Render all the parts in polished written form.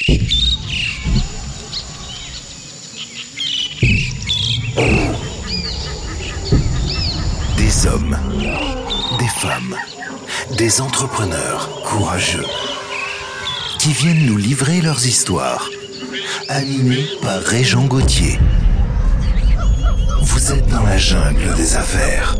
Des hommes, des femmes, des entrepreneurs courageux qui viennent nous livrer leurs histoires, animés par Régent Gauthier. Vous êtes dans la jungle des affaires.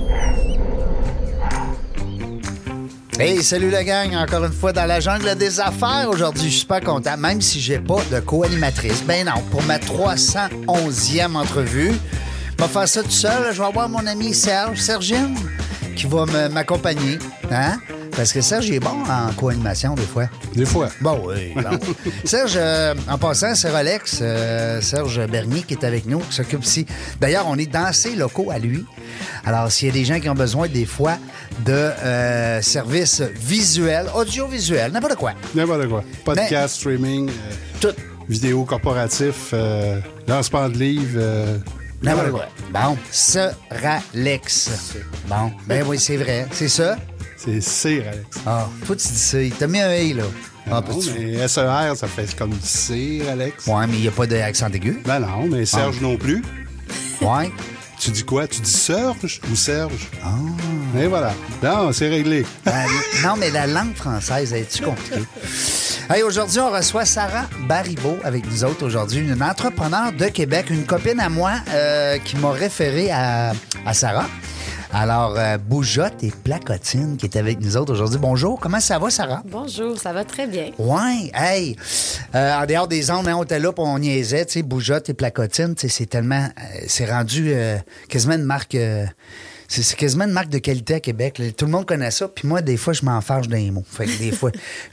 Hey, salut la gang, encore une fois dans la jungle des affaires. Aujourd'hui, je suis super content, même si j'ai pas de co-animatrice. Ben non, pour ma 311e entrevue, je vais faire ça tout seul. Je vais avoir mon ami Sergine, qui va m'accompagner. Hein? Parce que Serge est bon en co-animation, des fois. Des fois. Bon, oui. Bon. Serge, en passant, c'est Rolex, Serge Bernier, qui est avec nous, qui s'occupe ici. D'ailleurs, on est dans ses locaux à lui. Alors, s'il y a des gens qui ont besoin, des fois, de services visuels, audiovisuels, n'importe quoi. N'importe quoi. Podcast, streaming, tout. Vidéo corporatif, lancement de livres. N'importe quoi. Bon, Seralex. Bon, ben oui, c'est vrai. C'est ça? C'est Cire, Alex. Ah, toi, tu dis ça. T'as mis un « i », là. Ah, Non, mais SER, ça fait comme Cire, Alex. Ouais, mais il n'y a pas d'accent aigu. Ben non, mais Serge non plus. Ouais. Tu dis quoi? Tu dis Serge ou Serge? Ah. Et voilà. Non, c'est réglé. Non, mais la langue française, est-tu compliquée? Hey, aujourd'hui, on reçoit Sarah Baribeau avec nous autres aujourd'hui, une entrepreneure de Québec, une copine à moi qui m'a référé à Sarah. Alors, Boujotte et Placotine qui est avec nous autres aujourd'hui. Bonjour, comment ça va, Sarah? Bonjour, ça va très bien. Ouais, hey! En dehors des ondes, hein, on était là puis on niaisait, tu sais, Boujotte et Placotine, tu sais, c'est tellement... c'est rendu quasiment une marque... c'est quasiment une marque de qualité à Québec. Là. Tout le monde connaît ça, puis moi, des fois, je m'enfarge d'un mot. Fait que des fois,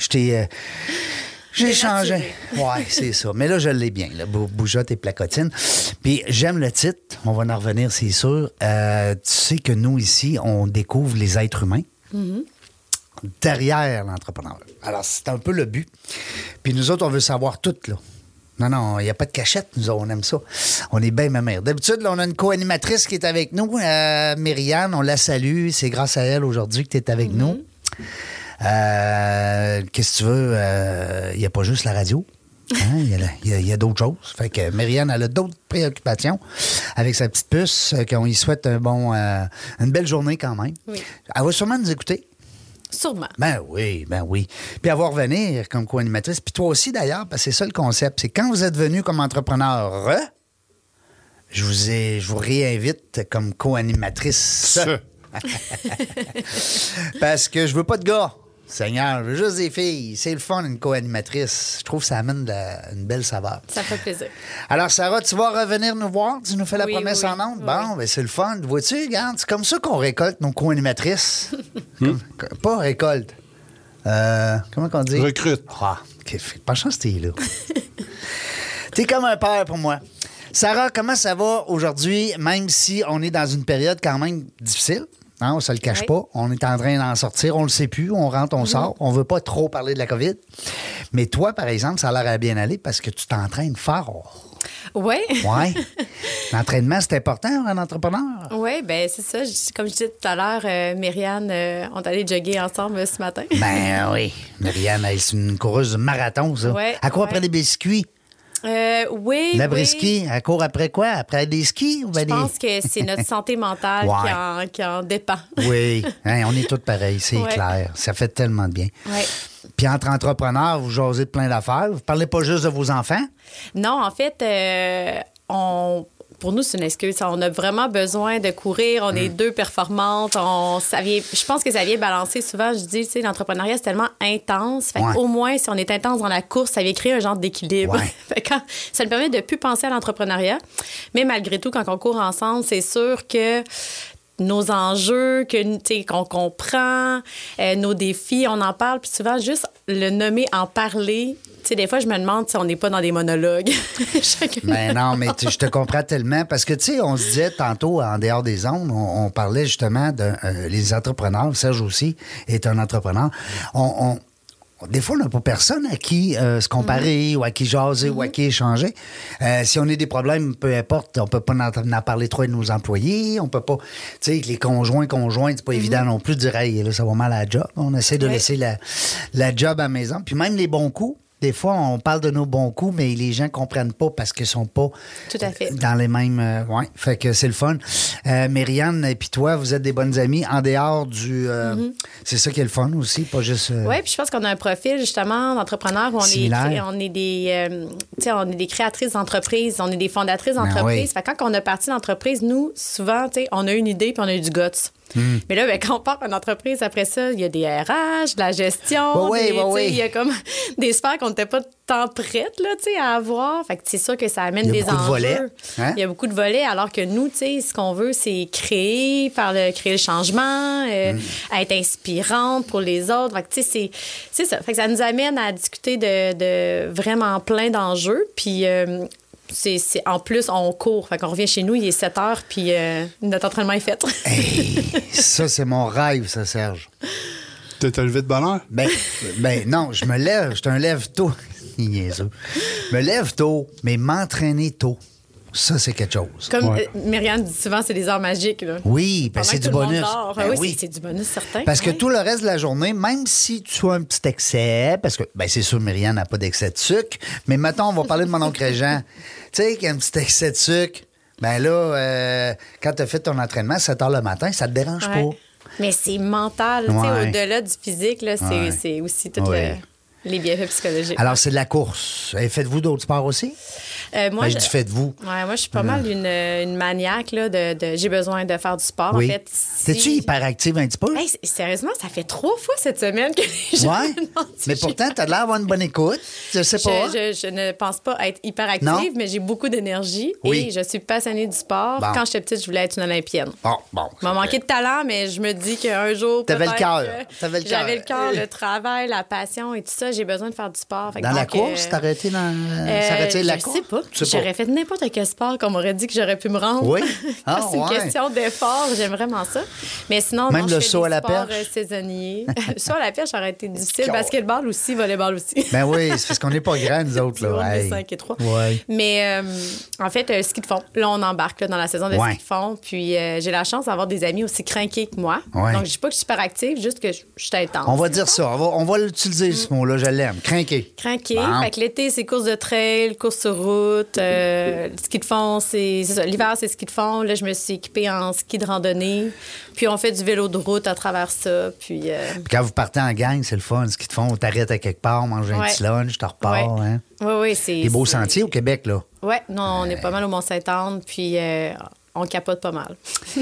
j'ai changé. Ouais, c'est ça. Mais là, je l'ai bien, là, Boujotte et Placotine. Puis j'aime le titre. On va en revenir, c'est sûr. Tu sais que nous, ici, on découvre les êtres humains derrière l'entrepreneur. Alors, c'est un peu le but. Puis nous autres, on veut savoir tout, là. Non, il n'y a pas de cachette, nous, on aime ça. On est bien ma mère. D'habitude, là, on a une co-animatrice qui est avec nous, Myriane, on la salue. C'est grâce à elle aujourd'hui que tu es avec nous. Qu'est-ce que tu veux? Il n'y a pas juste la radio. Hein? Il y a d'autres choses. Fait que Myriane, elle a d'autres préoccupations avec sa petite puce, qu'on y souhaite une belle journée quand même. Oui. Elle va sûrement nous écouter. Sûrement. Ben oui. Puis elle va revenir comme co-animatrice. Puis toi aussi, d'ailleurs, parce que c'est ça le concept. C'est quand vous êtes venu comme entrepreneur, je vous réinvite comme co-animatrice. Parce que je veux pas de gars. Seigneur, je veux juste des filles. C'est le fun, une co-animatrice. Je trouve que ça amène une belle saveur. Ça fait plaisir. Alors, Sarah, tu vas revenir nous voir? Tu nous fais la promesse en ondes? Oui. Bon, ben c'est le fun. Vois-tu, regarde, c'est comme ça qu'on récolte nos co-animatrices. Pas récolte. Comment qu'on dit? Recrute. Ah, pas chance que t'es là. T'es comme un père pour moi. Sarah, comment ça va aujourd'hui, même si on est dans une période quand même difficile? Hein, on se le cache pas. On est en train d'en sortir. On le sait plus. On rentre, on sort. On veut pas trop parler de la COVID. Mais toi, par exemple, ça a l'air à bien aller parce que tu t'entraînes fort. Oui. Oui. L'entraînement, c'est important pour un entrepreneur. Oui, bien, c'est ça. Comme je disais tout à l'heure, Myriane, on est allé jogger ensemble ce matin. Ben oui. Myriane, elle, c'est une coureuse de marathon, ça. Ouais, Elle court après des biscuits. Oui. La brisky, elle court après quoi? Après des skis? Ou Je pense que c'est notre santé mentale qui en dépend. Oui. Hein, on est tous pareils, c'est clair. Ça fait tellement de bien. Oui. Puis entre entrepreneurs, vous jasez de plein d'affaires. Vous parlez pas juste de vos enfants? Non, en fait, pour nous, c'est une excuse. On a vraiment besoin de courir. On est deux performantes. Je pense que ça vient balancer souvent. Je dis, tu sais, l'entrepreneuriat, c'est tellement intense. Fait qu'au moins, si on est intense dans la course, ça vient créer un genre d'équilibre. Ouais. Fait que ça nous permet de plus penser à l'entrepreneuriat. Mais malgré tout, quand on court ensemble, c'est sûr que nos enjeux, qu'on comprend, nos défis, on en parle. Puis souvent, juste le nommer, en parler... Tu sais, des fois, je me demande si on n'est pas dans des monologues. Mais non, mais je te comprends tellement. Parce que, tu sais, on se disait tantôt, en dehors des ondes, on parlait justement de les entrepreneurs. Serge aussi est un entrepreneur. Des fois, on n'a pas personne à qui se comparer ou à qui jaser ou à qui échanger. Si on a des problèmes, peu importe, on peut pas en parler trop de nos employés. On peut pas... Tu sais, les conjointes, c'est pas évident non plus de dire « Hey, là, ça va mal à la job. » On essaie de laisser la job à la maison. Puis même les bons coups, Des fois, on parle de nos bons coups, mais les gens ne comprennent pas parce qu'ils ne sont pas Tout à fait. dans les mêmes... ouais, fait que c'est le fun. Myriane et puis toi, vous êtes des bonnes amies en dehors du... C'est ça qui est le fun aussi, pas juste... Oui, puis je pense qu'on a un profil, justement, d'entrepreneurs où Similaire. on est des créatrices d'entreprise, on est des fondatrices d'entreprise. oui. Fait que quand on a parti l'entreprise, nous, souvent, on a une idée puis on a eu du guts. Mais là, quand on part une entreprise, après ça, il y a des RH, de la gestion. Il y a comme des sphères qu'on n'était pas tant prêtes là, à avoir. Fait que c'est sûr que ça amène des enjeux. Il y a beaucoup de volets. Hein? Il y a beaucoup de volets, alors que nous, ce qu'on veut, c'est créer le changement, être inspirante pour les autres. Fait que, c'est ça. Fait que ça nous amène à discuter de vraiment plein d'enjeux. Puis... en plus, on court. Fait qu'on revient chez nous, il est 7 heures, puis notre entraînement est fait. Hey, ça, c'est mon rêve, ça, Serge. Tu t'es levé de bonne heure? Ben non, je me lève, je suis un lève tôt. Niaiseux. Je me lève tôt, mais m'entraîner tôt, ça, c'est quelque chose. Comme Myriane dit souvent, c'est des heures magiques. Là. Oui, ben Pendant c'est que du tout le monde bonus. dort. Ben oui, c'est du bonus certain. Parce que tout le reste de la journée, même si tu as un petit excès, parce que, ben c'est sûr, Myriane n'a pas d'excès de sucre, mais mettons, on va parler de mon oncle Régent. Tu sais, qu'il y a un petit excès de sucre, ben là, quand tu as fait ton entraînement, 7 heures le matin, ça te dérange pas. Mais c'est mental. Ouais. Au-delà du physique, là, c'est aussi tout les bienfaits psychologiques. Alors, c'est de la course. Et faites-vous d'autres sports aussi? Moi, je dis faites-vous. Ouais, moi, je suis pas mal une maniaque là, j'ai besoin de faire du sport. Oui. En fait, T'es-tu hyperactive un petit peu? Hey, sérieusement, ça fait 3 fois cette semaine que les gens me demandent si mais j'ai pourtant, t'as l'air d'avoir une bonne écoute. Je sais pas. Je ne pense pas être hyperactive, Non? mais j'ai beaucoup d'énergie Oui. et je suis passionnée du sport. Bon. Quand j'étais petite, je voulais être une Olympienne. Bon. Il m'a manqué de talent, mais je me dis qu'un jour, T'avais le peut-être cœur. que T'avais le cœur. J'avais le cœur, le travail, la passion et tout ça. J'ai besoin de faire du sport. Fait que Dans la donc, course, t'as arrêté dans... s'arrêter de la course? Je sais pas. Tu sais pas. J'aurais fait n'importe quel sport qu'on m'aurait dit que j'aurais pu me rendre. Oui? C'est une question d'effort. J'aime vraiment ça. Mais sinon, Même non, le je fais saut des à la sports perche? saisonniers. Le saut à la perche aurait été difficile. Basketball aussi, volleyball aussi. Ben oui, c'est parce qu'on n'est pas grands, nous autres. Là. Hey. 5 et 3. Ouais. Mais en fait, ski de fond. Là, on embarque dans la saison de ski de fond. Puis j'ai la chance d'avoir des amis aussi crinqués que moi. Ouais. Donc, je dis pas que je suis super active, juste que je suis intense. On va dire ça. On va l'utiliser, ce mot-là. Je l'aime. Crinqué. Crinqué. Bon. Fait que l'été, c'est course de trail, course sur route. Le ski de fond, c'est ça. L'hiver, c'est ski de fond. Là, je me suis équipée en ski de randonnée. Puis on fait du vélo de route à travers ça. Puis quand vous partez en gang, c'est le fun. Ce qu'ils te font, t'arrêtes à quelque part, manger un petit lunch, tu repars. Ouais. Hein? Oui, c'est... Des beaux sentiers au Québec, là. Oui, non, on est pas mal au Mont-Saint-Anne, puis on capote pas mal.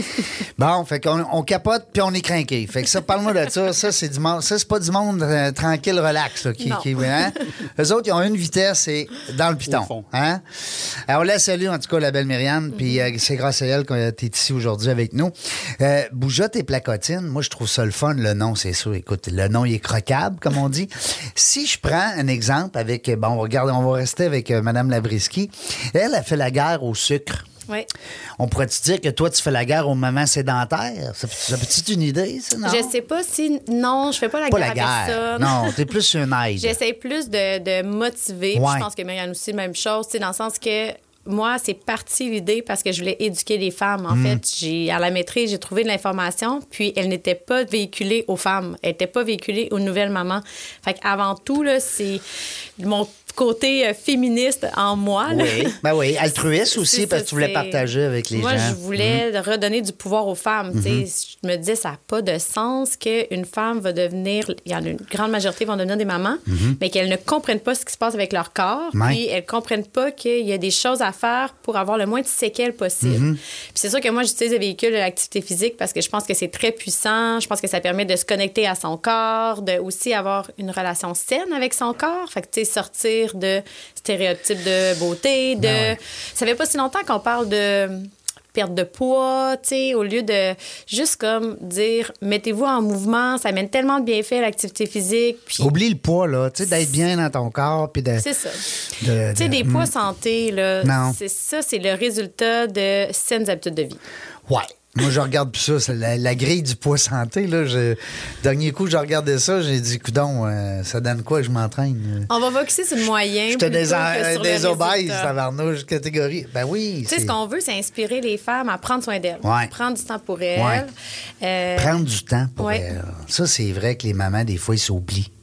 Bon, fait qu'on capote, puis on est crinqué. Fait que ça, parle-moi de ça. Ça, c'est du monde. Ça, c'est pas du monde tranquille, relax, là, hein? Eux autres, ils ont une vitesse, c'est dans le piton. Hein? Alors, on la salue, en tout cas, la belle Myriane, puis c'est grâce à elle que tu es ici aujourd'hui avec nous. Bougeotte et Placotine, moi, je trouve ça le fun, le nom, c'est sûr. Écoute, le nom, il est croquable, comme on dit. Si je prends un exemple avec, bon, regarde, on va rester avec Mme Labriski. Elle a fait la guerre au sucre. Oui. On pourrait-tu dire que toi, tu fais la guerre aux mamans sédentaires? Ça peut-tu être une idée, ça, non? Je sais pas si... Non, je fais pas la guerre avec ça. Non, t'es plus une aide. J'essaie plus de motiver. Ouais. Je pense que Myriane aussi, même chose, dans le sens que moi, c'est parti l'idée parce que je voulais éduquer les femmes. En fait, à la maîtrise, j'ai trouvé de l'information, puis elle n'était pas véhiculée aux femmes. Elle n'était pas véhiculée aux nouvelles mamans. Fait qu'avant tout, là, c'est mon côté féministe en moi. Là. Oui, ben oui, altruiste aussi, c'est parce ça, que tu voulais partager avec les gens. Moi, je voulais redonner du pouvoir aux femmes. Je me disais, ça n'a pas de sens qu'une femme va devenir... Il y en a une grande majorité vont devenir des mamans, mais qu'elles ne comprennent pas ce qui se passe avec leur corps, puis elles ne comprennent pas qu'il y a des choses à faire pour avoir le moins de séquelles possible. Puis c'est sûr que moi, j'utilise le véhicule de l'activité physique parce que je pense que c'est très puissant. Je pense que ça permet de se connecter à son corps, de aussi avoir une relation saine avec son corps. Fait que, tu sais, sortir de stéréotypes de beauté, Ça fait pas si longtemps qu'on parle de perte de poids, tu sais, au lieu de juste comme dire mettez-vous en mouvement, ça amène tellement de bienfaits à l'activité physique. Puis... Oublie le poids, là, tu sais, d'être bien dans ton corps. Puis de. C'est ça. Tu sais, des poids santé, là, c'est ça, c'est le résultat de saines habitudes de vie. Ouais. Moi, je regarde plus ça. C'est la grille du poids santé. Là, dernier coup, je regardais ça. J'ai dit, coudonc, ça donne quoi que je m'entraîne? On va focusser sur le moyen. J'étais des obèses, tabarnouche, catégorie. Ben oui. Tu sais, ce qu'on veut, c'est inspirer les femmes à prendre soin d'elles. Ouais. Prendre du temps pour elles. Prendre du temps pour elles. Ça, c'est vrai que les mamans, des fois, ils s'oublient.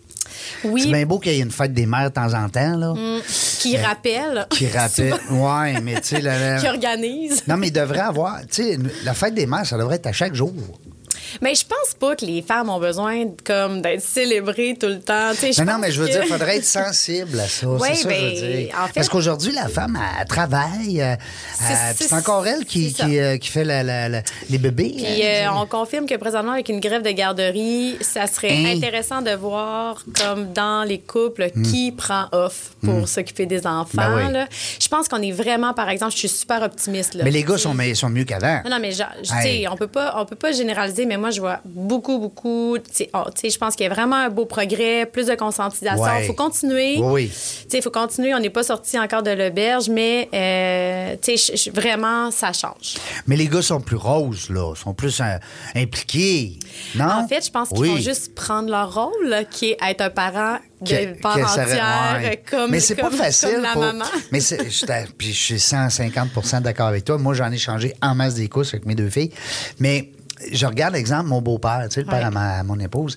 Oui. C'est bien beau qu'il y ait une fête des mères de temps en temps, là. Qui rappelle. Qui rappelle. Oui, mais tu sais... Qui organise. Non, mais il devrait avoir... Tu sais, la fête des mères, ça devrait être à chaque jour. Mais je pense pas que les femmes ont besoin d'être célébrées tout le temps. Non, mais je veux dire, il faudrait être sensible à ça. Oui, c'est ça que je veux dire. en fait... Parce qu'aujourd'hui, la femme, elle travaille. C'est encore elle qui fait les bébés. Puis on confirme que présentement, avec une grève de garderie, ça serait intéressant de voir, comme dans les couples, qui prend off pour s'occuper des enfants. Ben oui. Là. Je pense qu'on est vraiment, par exemple, je suis super optimiste. Là. Mais les gars sont mieux qu'avant. Non, mais on peut pas généraliser, mais moi, je vois beaucoup. Je pense qu'il y a vraiment un beau progrès, plus de conscientisation. Il faut continuer. Oui. Il faut continuer. On n'est pas sorti encore de l'auberge, mais vraiment, ça change. Mais les gars sont plus roses, là. Sont plus impliqués. Non? En fait, je pense qu'ils vont juste prendre leur rôle, là, qui est être un parent de part entière, comme, mais c'est pas facile comme la maman. Mais puis je suis 150 d'accord avec toi. Moi, j'en ai changé en masse des couches avec mes 2 filles. Mais je regarde, exemple, mon beau-père, tu sais, le père à mon épouse.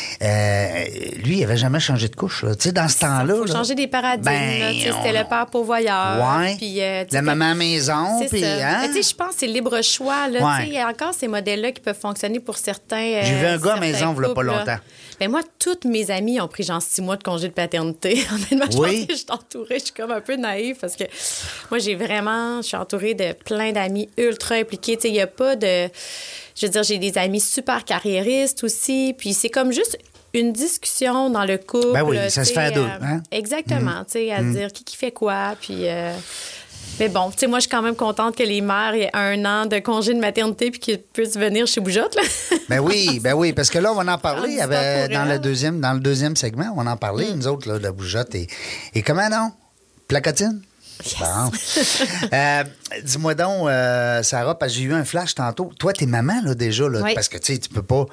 Lui, il avait jamais changé de couche. Tu sais, dans ce temps-là... Il faut changer des paradigmes. C'était le père pourvoyeur. Oui. Puis, la maman à maison. C'est puis, ça. hein? Je pense que c'est libre choix. Là, il y a encore ces modèles-là qui peuvent fonctionner pour certains. J'ai vu un gars à certains maison, il n'y a pas couples, longtemps. Mais moi, toutes mes amies ont pris genre 6 mois de congé de paternité. Honnêtement, je pense que je suis entourée. Je suis comme un peu naïve parce que moi, je suis entourée de plein d'amis ultra impliqués. Il n'y a pas de... Je veux dire, j'ai des amis super carriéristes aussi. Puis c'est comme juste une discussion dans le couple. Ben oui, ça se fait à deux. Hein? Exactement, tu sais, à dire qui fait quoi. Puis... Mais bon, tu sais, moi, je suis quand même contente que les mères aient 1 an de congé de maternité puis qu'ils puissent venir chez Boujotte, là. Ben oui, parce que là, on va en parler dans le deuxième segment. On va en parler, nous autres, là, de Boujotte. Et comment non? Placotine? Yes. Bon. Dis-moi donc, Sarah, parce que j'ai eu un flash tantôt. Toi, t'es maman, là, déjà, là, parce que, tu sais, tu peux pas.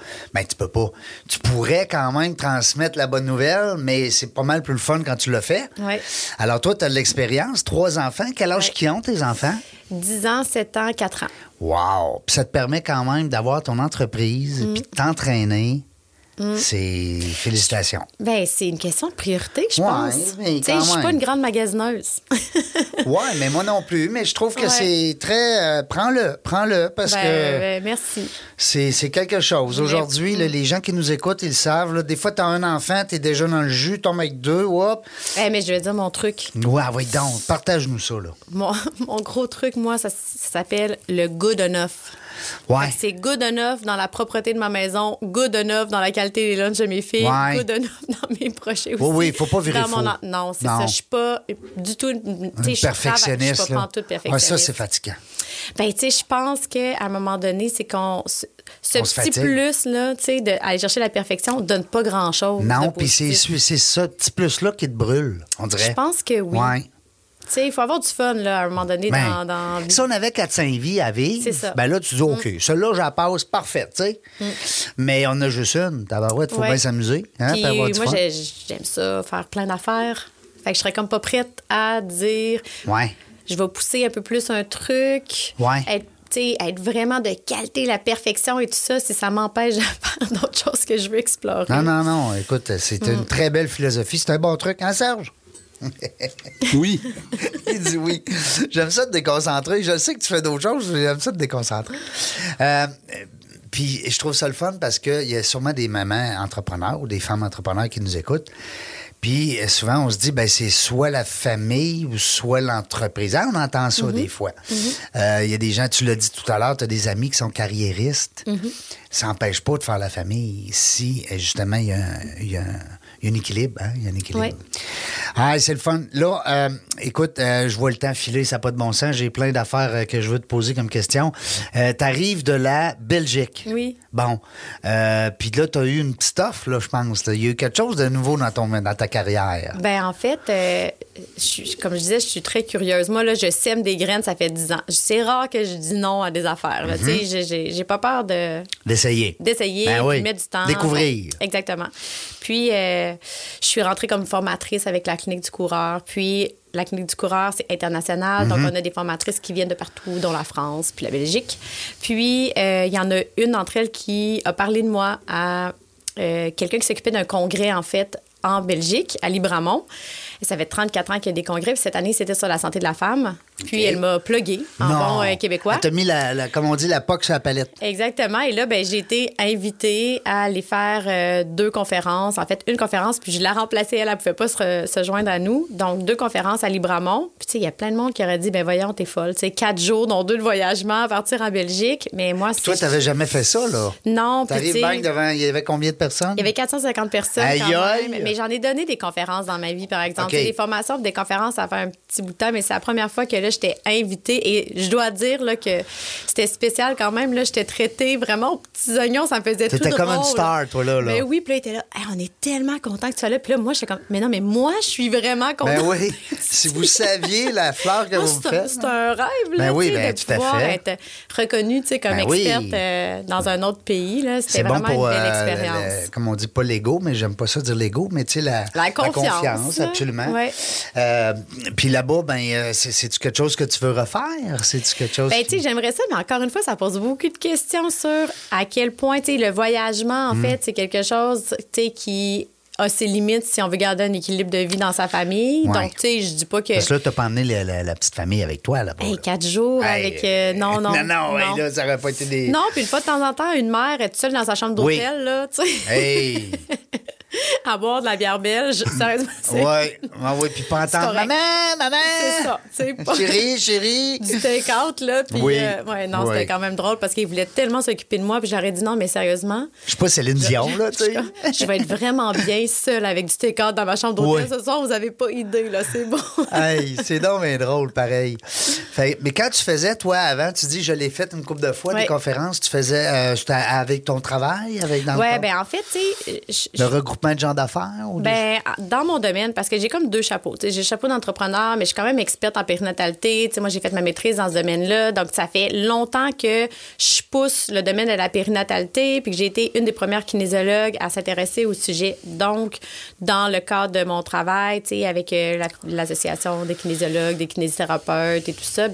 Tu pourrais quand même transmettre la bonne nouvelle, mais c'est pas mal plus le fun quand tu le fais. Oui. Alors, toi, tu as de l'expérience, 3 enfants. Quel âge qu'ils ont, tes enfants? 10 ans, 7 ans, 4 ans. Wow! Puis ça te permet quand même d'avoir ton entreprise puis de t'entraîner. C'est... Félicitations. Bien, c'est une question de priorité, je Ouais, pense. mais Tu sais, quand je suis pas même. une grande magasineuse. Oui, mais moi non plus. Mais je trouve que c'est très... prends-le, parce que merci. c'est quelque chose. Aujourd'hui, là, les gens qui nous écoutent, ils le savent. Là, des fois, tu as un enfant, tu es déjà dans le jus, tombes avec 2, hop. Mais je vais dire mon truc. Ouais, oui, donc, partage-nous ça, là. Mon gros truc, moi, ça s'appelle le good enough. Ouais. C'est good enough dans la propreté de ma maison, good enough dans la qualité des lunchs de mes filles, good enough dans mes projets aussi. Oui, il faut pas virer fou. Non, c'est ça. Je suis pas du tout... Perfectionniste, je suis pas tout perfectionniste. Ouais, ça, c'est fatigant. Ben, tu sais, je pense qu'à un moment donné, c'est ce petit plus-là, tu sais, d'aller chercher la perfection, donne pas grand-chose. Non, puis c'est ce petit plus-là qui te brûle, on dirait. Je pense que oui. Ouais. Tu sais, il faut avoir du fun, là, à un moment donné, dans... Si on avait 4-5 vies à vivre, c'est ça. Ben là, tu dis, OK, celle-là, je la passe parfaite, tu sais. Mais on a juste une. Tabarouette, il faut bien s'amuser. Hein, puis avoir du moi, fun. j'aime ça, faire plein d'affaires. Fait que je serais comme pas prête à dire... Ouais. Je vais pousser un peu plus un truc. Ouais. Être vraiment de qualité, la perfection et tout ça, si ça m'empêche de faire d'autres choses que je veux explorer. Non. Écoute, c'est une très belle philosophie. C'est un bon truc, hein, Serge? Oui. Il dit oui. J'aime ça te déconcentrer. Je sais que tu fais d'autres choses, j'aime ça te déconcentrer. Puis je trouve ça le fun parce qu'il y a sûrement des mamans entrepreneurs ou des femmes entrepreneurs qui nous écoutent. Puis souvent, on se dit, ben c'est soit la famille ou soit l'entreprise. Ah, on entend ça des fois. Il y a des gens, tu l'as dit tout à l'heure, tu as des amis qui sont carriéristes. Ça n'empêche pas de faire la famille si, justement, il y a un équilibre. Hein? Il y a un équilibre. Oui. Ah, c'est le fun. Là, écoute, je vois le temps filer, ça n'a pas de bon sens. J'ai plein d'affaires que je veux te poser comme question. Tu arrives de la Belgique. Oui. Bon. Puis là, tu as eu une petite offre, là, je pense. Il y a eu quelque chose de nouveau dans ta carrière. Ben en fait, comme je disais, je suis très curieuse. Moi, là, je sème des graines, ça fait 10 ans. C'est rare que je dis non à des affaires. Là, tu sais, j'ai pas peur d'essayer, ben oui. Mettre du temps. Découvrir. Exactement. Puis, je suis rentrée comme formatrice avec la Clinique du coureur. Puis, la Clinique du coureur, c'est international. Donc, on a des formatrices qui viennent de partout, dont la France, puis la Belgique. Puis, il y en a une d'entre elles qui a parlé de moi à quelqu'un qui s'occupait d'un congrès, en fait, en Belgique, à Libramont. Et ça fait 34 ans qu'il y a des congrès. Puis cette année, c'était sur la santé de la femme. Puis elle m'a plugué en bon québécois. Elle t'a mis, comme on dit, la poque sur la palette. Exactement. Et là, j'ai été invitée à aller faire 2 conférences. En fait, une conférence, puis je l'ai remplacée. Elle ne pouvait pas se joindre à nous. Donc, 2 conférences à Libramont. Puis, tu sais, il y a plein de monde qui aurait dit, voyons, t'es folle. Tu sais, 4 jours, dont 2 de voyagement, à partir en Belgique. Mais moi, Toi, t'avais jamais fait ça, là? Non. T'arrives bang devant, il y avait combien de personnes? Il y avait 450 personnes. Aïe, quand même. Mais j'en ai donné des conférences dans ma vie, par exemple. Okay. Des formations, des conférences, ça fait un petit bout de temps, mais c'est la première fois que là, j'étais invitée. Et je dois dire là, que c'était spécial quand même. Là, j'étais traitée vraiment aux petits oignons. Ça me faisait tout drôle. T'étais comme une star, toi, là. Mais oui, puis là, il était là. Hey, on est tellement content que tu sois là. Puis là, moi, j'étais comme, mais non, mais moi, je suis vraiment contente. Ben oui. Si vous saviez la fleur que vous me faites. C'est un rêve, là, oui, de tout à pouvoir fait. être reconnue comme experte dans un autre pays. Là. C'était bon vraiment pour, une belle expérience. comme on dit, pas l'ego, mais j'aime pas ça dire l'ego, mais tu sais, la confiance, absolument. Ouais. Puis là-bas, c'est-tu quelque chose que tu veux refaire? C'est-tu quelque chose tu sais, j'aimerais ça, mais encore une fois, ça pose beaucoup de questions sur à quel point, tu sais, le voyagement, en fait, c'est quelque chose, tu sais, qui a ses limites si on veut garder un équilibre de vie dans sa famille. Ouais. Donc, tu sais, je dis pas que... Parce que là, t'as pas emmené la petite famille avec toi, là-bas. Hey, 4 jours avec... Non. Non, hey, là, ça aurait pas été des... Non, puis une fois de temps en temps, une mère est toute seule dans sa chambre d'hôtel, là, tu sais. Hey! À boire de la bière belge, sérieusement, Oui, puis pas entendre « Maman! C'est ça, tu sais. Chérie! » Du take-out, là, puis c'était quand même drôle parce qu'il voulait tellement s'occuper de moi, puis j'aurais dit non, mais sérieusement... Je suis pas Céline Dion, là, tu sais. Je vais être vraiment bien seule avec du take-out dans ma chambre d'hôtel ce soir, vous avez pas idée, là, c'est bon. Hey, c'est donc bien drôle, pareil. Mais quand tu faisais, toi, avant, tu dis, je l'ai fait une couple de fois, des conférences, tu faisais c'était avec ton travail? En fait, tu sais... Le regroupement de gens d'affaires? Dans mon domaine, parce que j'ai comme 2 chapeaux. T'sais, j'ai le chapeau d'entrepreneur, mais je suis quand même experte en périnatalité. T'sais, moi, j'ai fait ma maîtrise dans ce domaine-là. Donc, ça fait longtemps que je pousse le domaine de la périnatalité puis que j'ai été une des premières kinésiologues à s'intéresser au sujet. Donc, dans le cadre de mon travail, avec l'association des kinésiologues, des kinésithérapeutes et tout ça,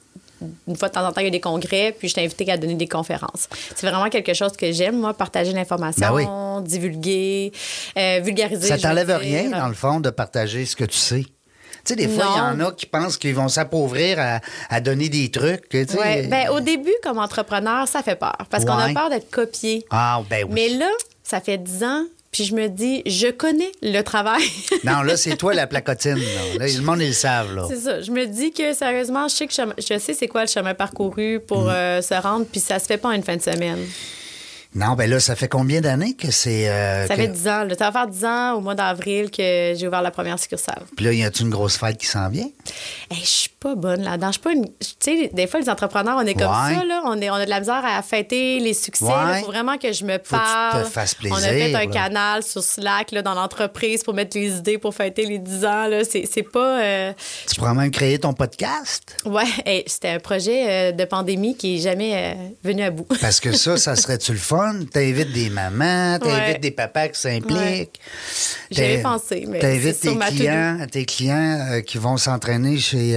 une fois de temps en temps, il y a des congrès, puis je t'ai invité à donner des conférences. C'est vraiment quelque chose que j'aime, moi, partager l'information, divulguer, vulgariser. Ça t'enlève rien, dans le fond, de partager ce que tu sais. Tu sais, des fois, il y en a qui pensent qu'ils vont s'appauvrir à donner des trucs. Oui, au début, comme entrepreneur, ça fait peur, parce qu'on a peur d'être copié. Ah, oui. Mais là, ça fait 10 ans. Puis je me dis, je connais le travail. Non, là, c'est toi la placotine. Là, le monde, ils le savent. Là. C'est ça. Je me dis que, sérieusement, je sais c'est quoi le chemin parcouru pour se rendre, puis ça se fait pas en une fin de semaine. Non, là, ça fait combien d'années que c'est... ça fait 10 ans. Ça va faire 10 ans au mois d'avril que j'ai ouvert la première succursale. Puis là, y a-t-il une grosse fête qui s'en vient? Je suis pas bonne là-dedans. Je suis pas une... Tu sais, des fois, les entrepreneurs, on est comme ça, là. On a de la misère à fêter les succès. Il faut vraiment que je me parle. Faut que tu te fasses plaisir. On a fait un canal sur Slack, là, dans l'entreprise pour mettre les idées pour fêter les 10 ans, là. C'est pas... Tu pourrais même créer ton podcast? Ouais. C'était un projet de pandémie qui est jamais venu à bout. Parce que ça serait-tu le fun? T'invites des mamans, t'invites des papas qui s'impliquent. Ouais. J'avais pensé, mais t'invites tes clients qui vont s'entraîner chez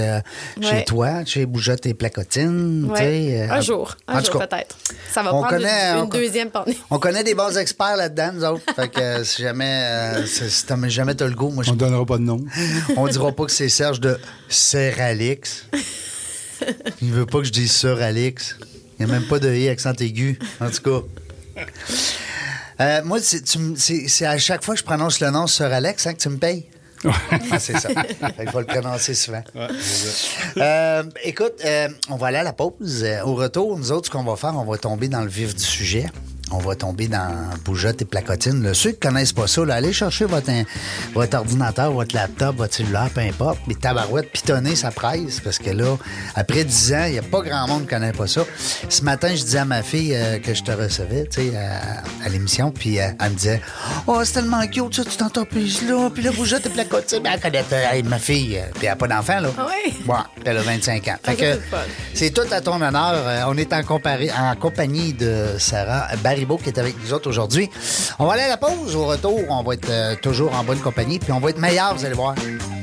toi, chez Bougeotte et Placotine. Ouais. Un jour peut-être. Ça va prendre une deuxième pandémie. On connaît des bons experts là-dedans, nous autres. Fait que si jamais t'as le goût, moi on donnera pas de nom. On dira pas que c'est Serge de Serralix. Il veut pas que je dise Serralix. Il n'y a même pas de « i » accent aigu, en tout cas. Moi, c'est à chaque fois que je prononce le nom Sœur Alex que tu me payes. Ah, c'est ça. Il faut le prononcer souvent. Ouais, écoute, on va aller à la pause. Au retour, nous autres, ce qu'on va faire, on va tomber dans le vif du sujet. On va tomber dans Bougeotte et Placotine. Là, ceux qui ne connaissent pas ça, là, allez chercher votre ordinateur, votre laptop, votre cellulaire, peu importe. Mais tabarouette, pitonner, ça presse. Parce que là, après 10 ans, il n'y a pas grand monde qui ne connaît pas ça. Ce matin, je disais à ma fille que je te recevais, tu sais, à l'émission. Puis elle me disait, « Oh, c'est tellement cute, ça, tu t'entreprise-là. Puis là, Bougeotte et Placotine. » Elle connaît ma fille. Puis elle n'a pas d'enfant, là. Ah oui? Bon, elle a 25 ans. Fait que c'est tout à ton honneur. On est en compagnie de Sarah Baribeau qui est avec nous autres aujourd'hui. On va aller à la pause. Au retour, on va être toujours en bonne compagnie, puis on va être meilleurs, vous allez voir.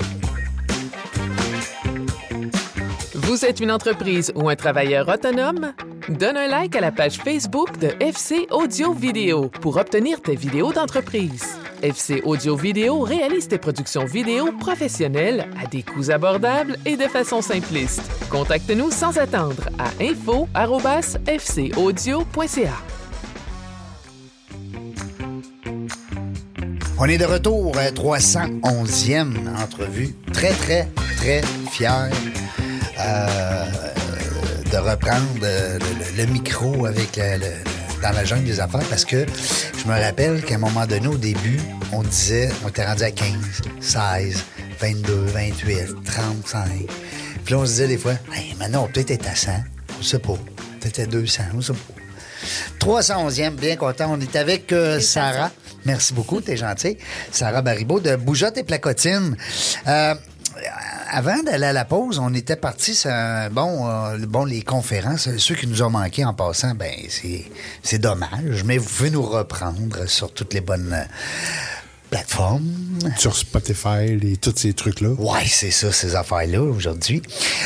Vous êtes une entreprise ou un travailleur autonome? Donne un like à la page Facebook de FC Audio Vidéo pour obtenir tes vidéos d'entreprise. FC Audio Vidéo réalise tes productions vidéo professionnelles à des coûts abordables et de façon simpliste. Contacte-nous sans attendre à info@fcaudio.ca. On est de retour à 311e entrevue. Très, très, très fier de reprendre le micro avec dans la jungle des affaires parce que je me rappelle qu'à un moment donné, au début, on disait, on était rendu à 15, 16, 22, 28, 35. Puis là, on se disait des fois, hey, maintenant, on peut-être être à 100. On sait pas. Peut-être à 200. On sait pas. 311e, bien content. On est avec Sarah. Merci beaucoup, t'es gentil. Sarah Baribeau de Bougeotte et Placotine. Avant d'aller à la pause, on était partis sur les conférences. Ceux qui nous ont manqué en passant, ben c'est dommage, mais vous pouvez nous reprendre sur toutes les bonnes plateformes. Sur Spotify et tous ces trucs-là. Oui, c'est ça, ces affaires-là, aujourd'hui.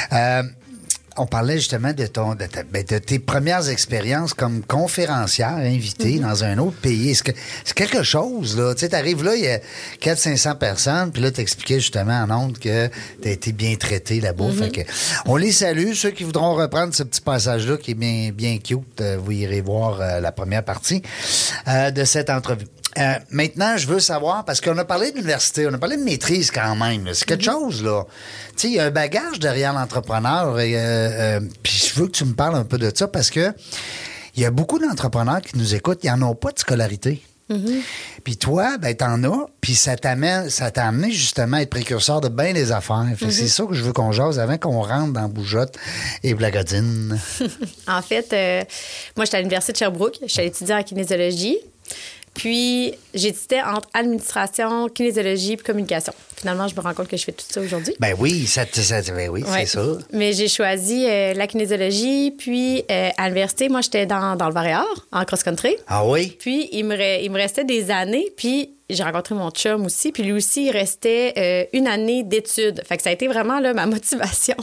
On parlait justement de tes premières expériences comme conférencière invitée dans un autre pays. C'est quelque chose, là. Tu sais, t'arrives là, il y a 400-500 personnes, puis là, t'expliquais justement en ondes que t'as été bien traité là-bas. Fait que on les salue. Ceux qui voudront reprendre ce petit passage-là qui est bien, bien cute, vous irez voir la première partie de cette entrevue. Maintenant, je veux savoir, parce qu'on a parlé d'université, on a parlé de maîtrise quand même. C'est quelque chose, là. Tu sais, il y a un bagage derrière l'entrepreneur. Puis je veux que tu me parles un peu de ça parce que il y a beaucoup d'entrepreneurs qui nous écoutent, ils n'en ont pas de scolarité. Puis toi, ben t'en as, puis ça t'a amené justement à être précurseur de bien des affaires. Fait que c'est ça que je veux qu'on jase avant qu'on rentre dans Bougeotte et Placotine. En fait, moi, j'étais à l'Université de Sherbrooke. J'étais étudiante en kinésiologie. Puis, j'hésitais entre administration, kinésiologie et communication. Finalement, je me rends compte que je fais tout ça aujourd'hui. Ben oui, c'est ça. Mais j'ai choisi la kinésiologie. Puis, à l'université, moi, j'étais dans le Var-et-Or, en cross-country. Ah oui? Puis, il me restait des années. Puis, j'ai rencontré mon chum aussi. Puis, lui aussi, il restait une année d'études. Fait que ça a été vraiment là, ma motivation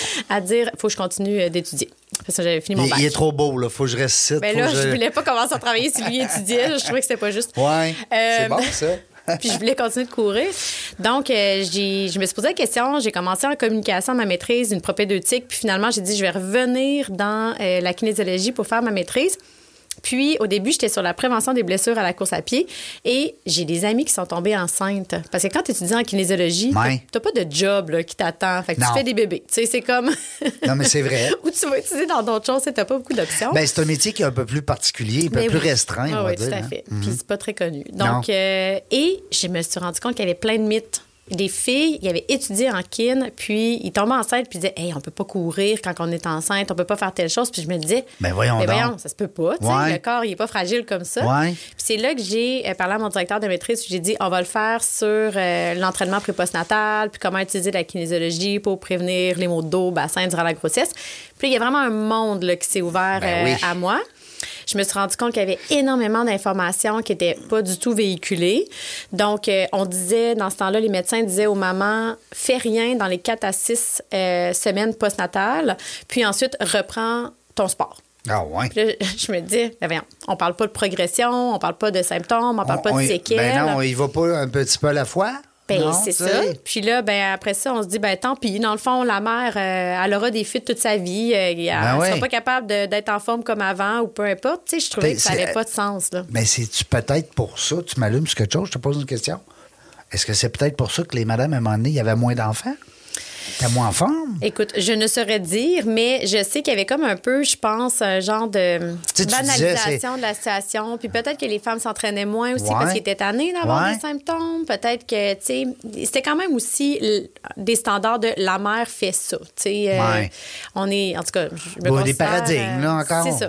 à dire, il faut que je continue d'étudier. Parce que j'avais fini mon bac. Il est trop beau, là. Faut que je reste ici. Ben là, je voulais pas commencer à travailler si lui étudiait. Je trouvais que c'était pas juste. Ouais. C'est bon, ça. Puis je voulais continuer de courir. Donc, je me suis posé la question. J'ai commencé en communication ma maîtrise, une propédeutique. Puis finalement, j'ai dit, je vais revenir dans la kinésiologie pour faire ma maîtrise. Puis, au début, j'étais sur la prévention des blessures à la course à pied et j'ai des amis qui sont tombés enceintes. Parce que quand tu étudies en kinésiologie, t'as pas de job là, qui t'attend. Fait que tu fais des bébés. Tu sais, c'est comme... Non, mais c'est vrai. Ou tu vas étudier dans d'autres choses, t'as pas beaucoup d'options. Ben c'est un métier qui est un peu plus particulier, un peu plus restreint, on va dire. Oui, tout à fait. Puis c'est pas très connu. Donc, et je me suis rendu compte qu'il y avait plein de mythes. Des filles, ils avaient étudié en kin, puis ils tombaient enceintes, puis ils disaient, hey, on peut pas courir quand on est enceinte, on peut pas faire telle chose. Puis je me disais, voyons, ça se peut pas. Le corps, il est pas fragile comme ça. Puis c'est là que j'ai parlé à mon directeur de maîtrise, puis j'ai dit, on va le faire sur l'entraînement pré-postnatal, puis comment utiliser la kinésiologie pour prévenir les maux de dos, bassin durant la grossesse. Puis il y a vraiment un monde là, qui s'est ouvert à moi. Je me suis rendu compte qu'il y avait énormément d'informations qui n'étaient pas du tout véhiculées. Donc, on disait, dans ce temps-là, les médecins disaient aux mamans, fais rien dans les 4 à 6 semaines postnatales, puis ensuite, reprends ton sport. Ah ouais. Puis là, je me dis, voyons, on parle pas de progression, on parle pas de symptômes, on parle pas de séquelles. Ben non, il va pas un petit peu à la fois? Ben, c'est ça. Puis là, ben après ça, on se dit, ben tant pis. Dans le fond, la mère, elle aura des fuites toute sa vie. Elle sera pas capable d'être en forme comme avant ou peu importe. Tu sais, je trouvais que ça n'avait pas de sens. Là. Ben, c'est-tu peut-être pour ça, tu m'allumes sur quelque chose, je te pose une question. Est-ce que c'est peut-être pour ça que les madames, à un moment donné, il y avait moins d'enfants? T'es moins en forme? Écoute, je ne saurais dire, mais je sais qu'il y avait comme un peu, je pense, un genre de banalisation de la situation. Puis peut-être que les femmes s'entraînaient moins aussi parce qu'ils étaient tannés d'avoir des symptômes. Peut-être que, tu sais, c'était quand même aussi des standards de la mère fait ça. Tu sais, on est, en tout cas, je me considère... des paradigmes, là, encore. C'est ça.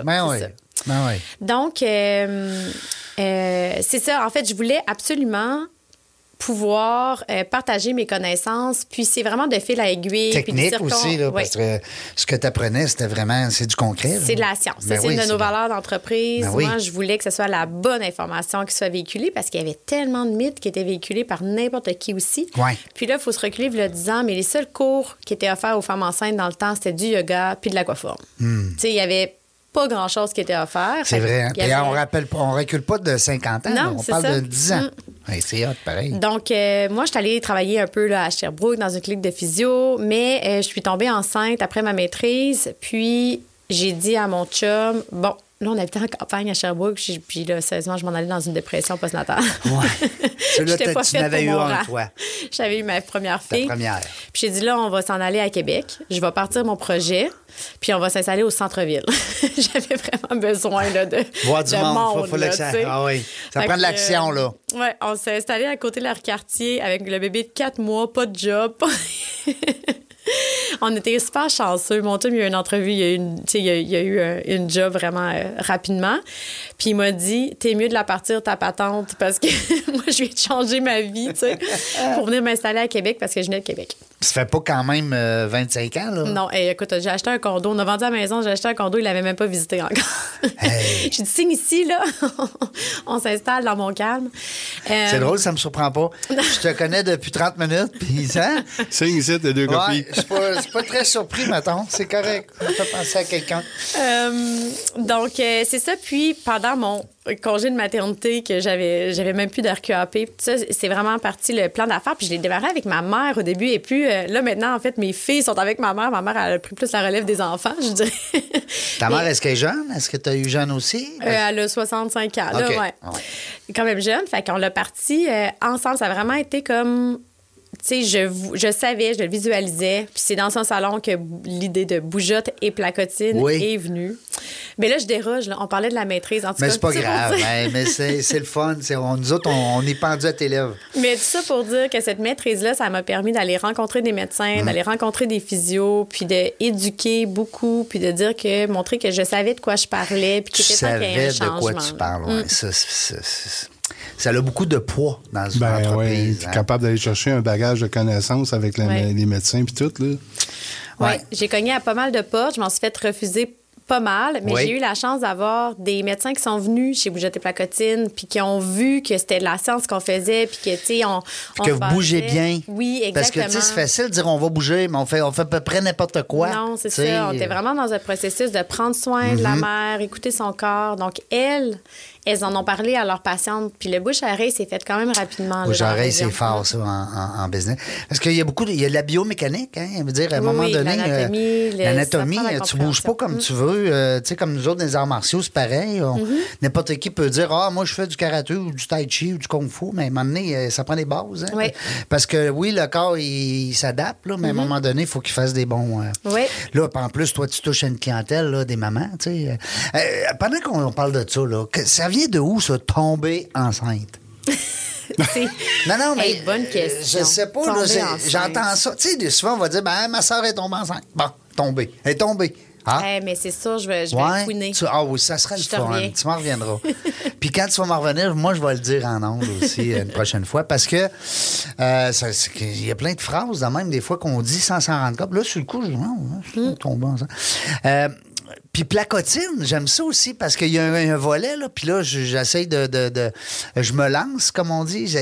Donc, c'est ça. En fait, je voulais absolument pouvoir partager mes connaissances. Puis c'est vraiment de fil à aiguille. Technique puis aussi, là, parce que ce que tu apprenais, c'était vraiment, c'est du concret. C'est de la science. C'est une de nos valeurs d'entreprise. Moi, je voulais que ce soit la bonne information qui soit véhiculée parce qu'il y avait tellement de mythes qui étaient véhiculés par n'importe qui aussi. Puis là, il faut se reculer il y a 10 ans, mais les seuls cours qui étaient offerts aux femmes enceintes dans le temps, c'était du yoga puis de l'aquaforme. Tu sais, il y avait pas grand-chose qui était offert. C'est vrai. Hein? Et on recule pas de 50 ans. Non, on parle de 10 ans. Hey, c'est hot, pareil. Donc, moi, je suis allée travailler un peu là, à Sherbrooke, dans une clinique de physio, mais je suis tombée enceinte après ma maîtrise. Puis, j'ai dit à mon chum, bon, là, on habitait en campagne à Sherbrooke, puis là, sérieusement, je m'en allais dans une dépression postnatale. Ouais. Celui-là, J'étais pas tu faite n'avais pour eu mon un, rang. toi. J'avais eu ma première Ta fille. première. Puis j'ai dit, là, on va s'en aller à Québec. Je vais partir mon projet, puis on va s'installer au centre-ville. J'avais vraiment besoin là, de Voir du de monde. Faut là, que ça... tu sais. Ah oui. Ça Fait prend de que, l'action, là. Oui, on s'est installé à côté de leur quartier avec le bébé de 4 mois, pas de job. On était super chanceux. Mon chum, il y a eu une entrevue, il y a eu une job vraiment rapidement. Puis il m'a dit, t'es mieux de la partir ta patente parce que moi, je vais changer ma vie, tu sais, pour venir m'installer à Québec parce que je venais de Québec. Ça fait pas quand même 25 ans, là. Non, écoute, j'ai acheté un condo. On a vendu la maison, j'ai acheté un condo, il l'avait même pas visité encore. Hey. J'ai dit, signe ici, là. On s'installe dans mon calme. C'est drôle, ça me surprend pas. Je te connais depuis 30 minutes, puis ça... Signe ici, t'as 2 copies. Ouais, je suis pas très surpris, mettons. C'est correct. Ça me fait penser à quelqu'un. Donc, c'est ça. Puis, pendant mon congé de maternité, que j'avais même plus de RQAP, tout ça, c'est vraiment parti le plan d'affaires. Puis, je l'ai démarré avec ma mère au début. Et puis, là, maintenant, en fait, mes filles sont avec ma mère. Ma mère, elle a pris plus la relève des enfants, je dirais. Ta mère, est-ce qu'elle est jeune? Est-ce que tu as eu jeune aussi? Elle a 65 ans, là, OK. ouais. Quand même jeune. Fait qu'on l'a parti ensemble. Ça a vraiment été comme... Tu sais, je savais, je le visualisais. Puis c'est dans son salon que l'idée de bougeotte et placotine est venue. Mais là, je déroge. Là. On parlait de la maîtrise. En tout Mais cas, c'est pas tout ça pour grave. dire- Mais c'est le fun. Nous autres, on est pendus à tes lèvres. Mais tout ça pour dire que cette maîtrise-là, ça m'a permis d'aller rencontrer des médecins, d'aller rencontrer des physios, puis d'éduquer beaucoup, puis de dire que, montrer que je savais de quoi je parlais, puis Tu qu'il était temps qu'il y ait un savais de changement. quoi tu parles. Ouais. Ça a beaucoup de poids dans une Ben oui, entreprise. t'es hein. capable d'aller chercher un bagage de connaissances avec Ouais. les médecins puis tout, là. Oui, Ouais. j'ai cogné à pas mal de portes. Je m'en suis fait refuser pas mal, mais Oui. j'ai eu la chance d'avoir des médecins qui sont venus chez Bougeotte et Placotine, puis qui ont vu que c'était de la science qu'on faisait, puis que, tu sais, on Que se vous basait. bougez bien. Oui, exactement. Parce que, tu sais, c'est facile de dire on va bouger, mais on fait à peu près n'importe quoi. Non, c'est Tu sais. ça. On était vraiment dans un processus de prendre soin de la mère, écouter son corps. Donc, elles en ont parlé à leurs patientes. Puis le bouche-à-oreille s'est fait quand même rapidement. là, dans la Bouche-oreille, c'est région. fort, ça, en business. Parce qu'il y a il y a de la biomécanique, hein. Je veux dire, à un Oui, moment oui, donné, l'anatomie, l'anatomie, ça prend la tu bouges pas comme tu veux. Tu sais, comme nous autres, dans les arts martiaux, c'est pareil. N'importe qui peut dire, moi, je fais du karaté ou du tai chi ou du kung fu, mais à un moment donné, ça prend des bases. Hein. Oui. Parce que, oui, le corps, il s'adapte, là, mais à un moment donné, il faut qu'il fasse des bons... Oui. Là, en plus, toi, tu touches à une clientèle, là, des mamans, tu sais. Pendant qu'on parle de ça, là, ça vient de où, ça, tomber enceinte? C'est- Non, mais. Hey, bonne question. Je sais pas, là, Tomber enceinte. j'entends ça. Tu sais, souvent, on va dire, ma soeur est tombée enceinte. Bon, tombée. Elle est tombée. Ah, Mais c'est ça, je vais ouais. fouiner. Ah oui, ça sera le Je te fun. reviens. Tu m'en reviendras. Puis quand tu vas m'en revenir, moi, je vais le dire en ondes aussi une prochaine fois parce que il y a plein de phrases, de même, des fois, qu'on dit sans s'en rendre compte. Là, sur le coup, je dis, je suis tombé enceinte. Puis placotine, j'aime ça aussi parce qu'il y a un volet, là. Puis là, j'essaye je me lance, comme on dit.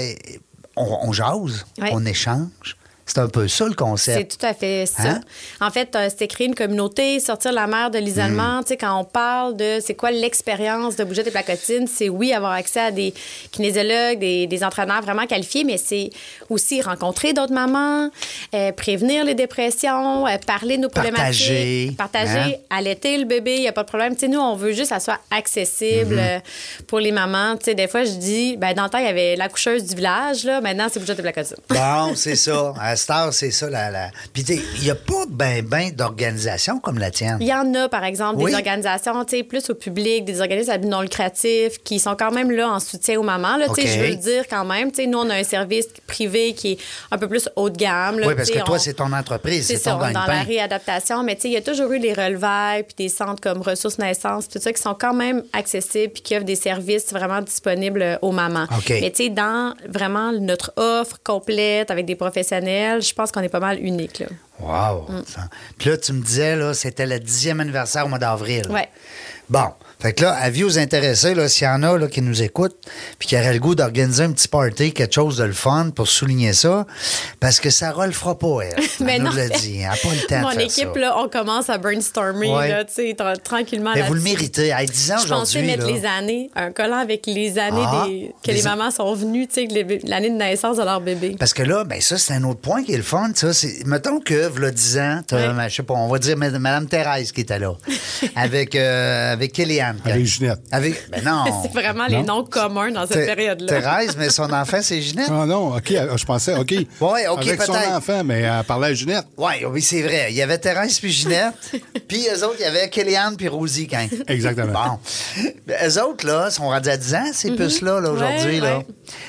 On jase, Ouais. on échange. C'est un peu ça, le C'est concept. tout à fait ça. Hein? En fait, c'est créer une communauté, sortir la mer de l'isolement. Tu sais, quand on parle de c'est quoi l'expérience de Bougeotte et Placotine, c'est oui, avoir accès à des kinésiologues, des entraîneurs vraiment qualifiés, mais c'est aussi rencontrer d'autres mamans, prévenir les dépressions, parler de nos Partager, problématiques. Partager, allaiter le bébé, il n'y a pas de problème. Tu sais, nous, on veut juste que ça soit accessible pour les mamans. Tu sais, des fois, je dis, dans le temps, il y avait l'accoucheuse du village, là. Maintenant, c'est Bougeotte et Placotine. Bon, c'est ça. À cette heure, c'est ça. Puis il n'y a pas ben d'organisation comme la tienne. Il y en a, par exemple, Oui. des organisations, tu sais, plus au public, des organismes à but non lucratif qui sont quand même là en soutien aux mamans. Là, tu sais, OK. je veux le dire quand même. Tu sais, nous, on a un service privé qui est un peu plus haut de gamme. Là, Oui, parce tu sais, que toi, on- c'est ton entreprise, C'est c'est ça, ton on est dans la gagne-pain. réadaptation. Mais tu sais, il y a toujours eu des relevailles puis des centres comme Ressources Naissance, tout ça, qui sont quand même accessibles puis qui offrent des services vraiment disponibles aux mamans. OK. Mais tu sais, dans vraiment notre offre complète avec des professionnels, je pense qu'on est pas mal unique, là. Wow! Puis là, tu me disais, là, c'était le 10e anniversaire au mois d'avril. Oui. Bon. Fait que là, avis aux intéressés, là, s'il y en a là, qui nous écoutent puis qui auraient le goût d'organiser un petit party, quelque chose de le fun pour souligner ça, parce que Sarah le fera pas, elle. Mais Elle non, nous l'a dit. Elle n'a pas le temps Mon de faire équipe, ça. là, on commence à brainstormer, Ouais. là, tu sais, tranquillement. Mais vous le là-dessus. méritez. À 10 ans Je pensais aujourd'hui, mettre là. les années, un collant avec les années que les mamans sont venues, tu sais, l'année de naissance de leur bébé. Parce que là, ben ça, c'est un autre point qui est le fun. Ça, c'est, mettons que, v'là 10 ans, t'as, je sais pas, on va dire Mme Thérèse qui était là, avec Kéliane. Avec Ginette. Ben non. C'est vraiment les noms communs dans cette période-là. Thérèse, mais son enfant, c'est Ginette. Ah non, OK, je pensais, OK. Ouais, OK, avec son peut-être. enfant, mais elle parlait à Ginette. Oui, c'est vrai. Il y avait Thérèse puis Ginette. Puis eux autres, il y avait Kéliane puis Rosie quand même. Exactement. Bon. Eux autres, là, sont rendus à 10 ans, ces puces-là, là, aujourd'hui. Ouais, Là. ouais.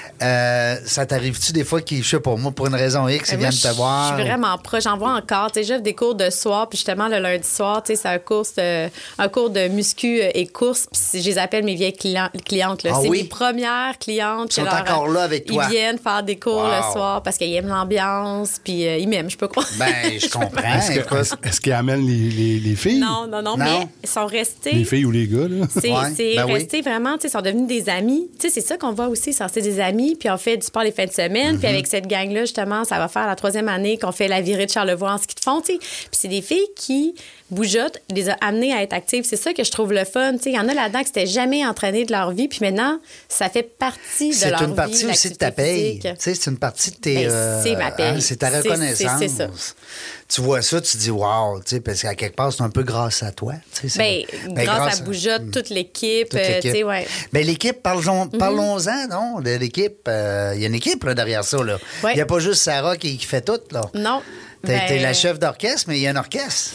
Ça t'arrive-tu des fois qu'ils, je sais pas, moi, pour une raison X, ils Moi, viennent te voir? Je suis vraiment proche. J'en vois encore. Tu sais, j'offre des cours de soir, puis justement, le lundi soir, tu sais, c'est un cours de muscu et course, puis je les appelle mes vieilles clientes. Là. Ah c'est oui? mes premières clientes. Ils sont encore là avec toi. Ils viennent faire des cours Wow. le soir parce qu'ils aiment l'ambiance, puis ils m'aiment, je peux croire. Ben, je comprends. Est-ce qu'ils amènent les filles? Non, mais ils sont restés. Les filles ou les gars, là? C'est Ouais, ben oui. resté vraiment, tu sais, ils sont devenus des amis. Tu sais, c'est ça qu'on voit aussi, c'est resté des amis, puis on fait du sport les fins de semaine, puis avec cette gang-là, justement, ça va faire la 3e année qu'on fait la virée de Charlevoix en ski de fond, tu sais. Puis c'est des filles qui bougeotent, les a amenées à être actives. C'est ça que je trouve le fun, tu sais. Il y en a là-dedans qui s'étaient jamais entraînées de leur vie, puis maintenant, ça fait partie de leur vie. C'est une partie aussi de ta paye. Tu sais, c'est une partie de tes... Ben, c'est ma paye. c'est ta reconnaissance. C'est ça. Tu vois ça, tu dis wow, tu sais, parce qu'à quelque part, c'est un peu grâce à toi. Tu sais, grâce à Bougeotte, toute l'équipe, toute l'équipe. tu sais, ouais. Ben, l'équipe, parlons-en, non? De l'équipe, il y a une équipe là, derrière ça. Là. Ouais. Il n'y a pas juste Sarah qui fait tout. Là. Non. T'es la chef d'orchestre, mais il y a un orchestre.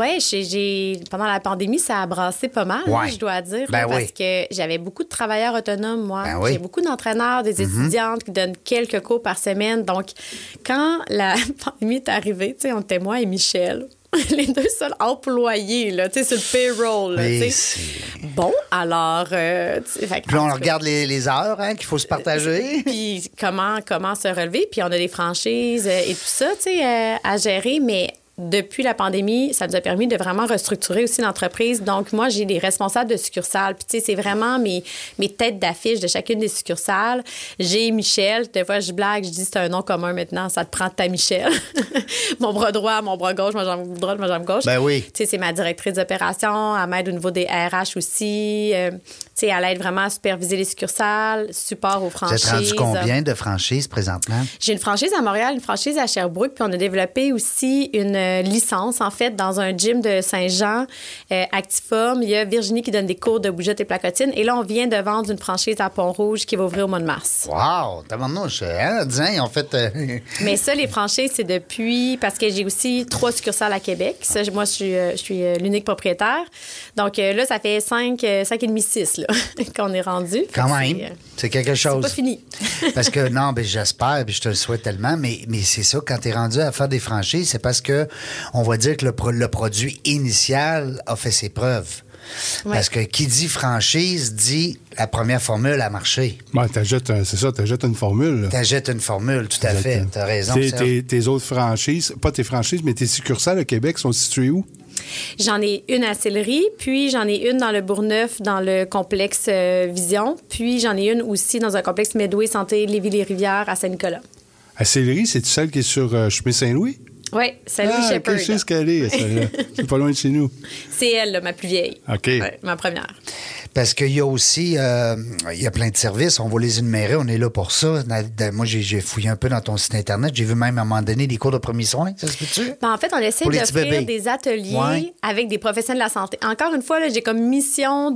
Oui, pendant la pandémie, ça a brassé pas mal, Ouais. je dois dire, Ben parce oui. que j'avais beaucoup de travailleurs autonomes, moi. Ben oui. J'ai beaucoup d'entraîneurs, des étudiantes qui donnent quelques cours par semaine. Donc, quand la pandémie est arrivée, tu sais, on était moi et Michel. Les deux seuls employés, là, tu sais, sur le payroll. Là, Mais tu sais. Bon, alors... fait que, Puis là, en on tout cas, regarde les heures hein, qu'il faut se partager. puis comment se relever. Puis on a des franchises et tout ça, tu sais, à gérer. Mais depuis la pandémie, ça nous a permis de vraiment restructurer aussi l'entreprise. Donc, moi, j'ai des responsables de succursales. Puis, tu sais, c'est vraiment mes têtes d'affiche de chacune des succursales. J'ai Michel. Des fois, je blague, je dis c'est un nom commun maintenant. Ça te prend ta Michel. Mon bras droit, mon bras gauche, ma jambe droite, ma jambe gauche. Ben oui. Tu sais, c'est ma directrice d'opération. Elle m'aide au niveau des RH aussi. Tu sais, elle aide vraiment à superviser les succursales, support aux Vous franchises. êtes rendu combien de franchises présentement? J'ai une franchise à Montréal, une franchise à Sherbrooke, puis on a développé aussi une licence, en fait, dans un gym de Saint-Jean, Actiform. Il y a Virginie qui donne des cours de bougeotte et placotine. Et là, on vient de vendre une franchise à Pont-Rouge qui va ouvrir au mois de mars. Wow! Tabarnouche, hein? 10 ans, ils ont fait... Mais ça, les franchises, c'est depuis... Parce que j'ai aussi 3 succursales à Québec. Ça, moi, je suis l'unique propriétaire. Donc là, ça fait 5 et demi, 6 là, qu'on est rendu. Quand Fait que même, c'est quelque chose. C'est pas fini. Parce que non, ben j'espère, puis je te le souhaite tellement, mais c'est ça, quand tu es rendu à faire des franchises, c'est parce que on va dire que le produit initial a fait ses preuves. Ouais. Parce que qui dit franchise dit la première formule a marché. Ouais, t'achètes une formule. T'achètes une formule, tout à fait. T'as raison. Tes autres franchises, pas tes franchises, mais tes succursales au Québec sont situées où? J'en ai une à Sillery, puis j'en ai une dans le Bourgneuf, dans le complexe Vision, puis j'en ai une aussi dans un complexe Medway Santé Lévis-les-Rivières à Saint-Nicolas. À Sillery, c'est-tu celle qui est sur chemin Saint-Louis? Oui, salut Shepherd. OK, je sais ce qu'elle est, celle-là. C'est pas loin de chez nous. C'est elle, là, ma plus vieille. OK. Ouais, ma première. Parce qu'il y a aussi, il y a plein de services, on va les énumérer, on est là pour ça. Moi, j'ai fouillé un peu dans ton site Internet, j'ai vu même à un moment donné des cours de premiers soins, ça se peut-tu? Ben, en fait, on essaie Pour les petits d'offrir bébés. des ateliers Ouais. avec des professionnels de la santé. Encore une fois, là, j'ai comme mission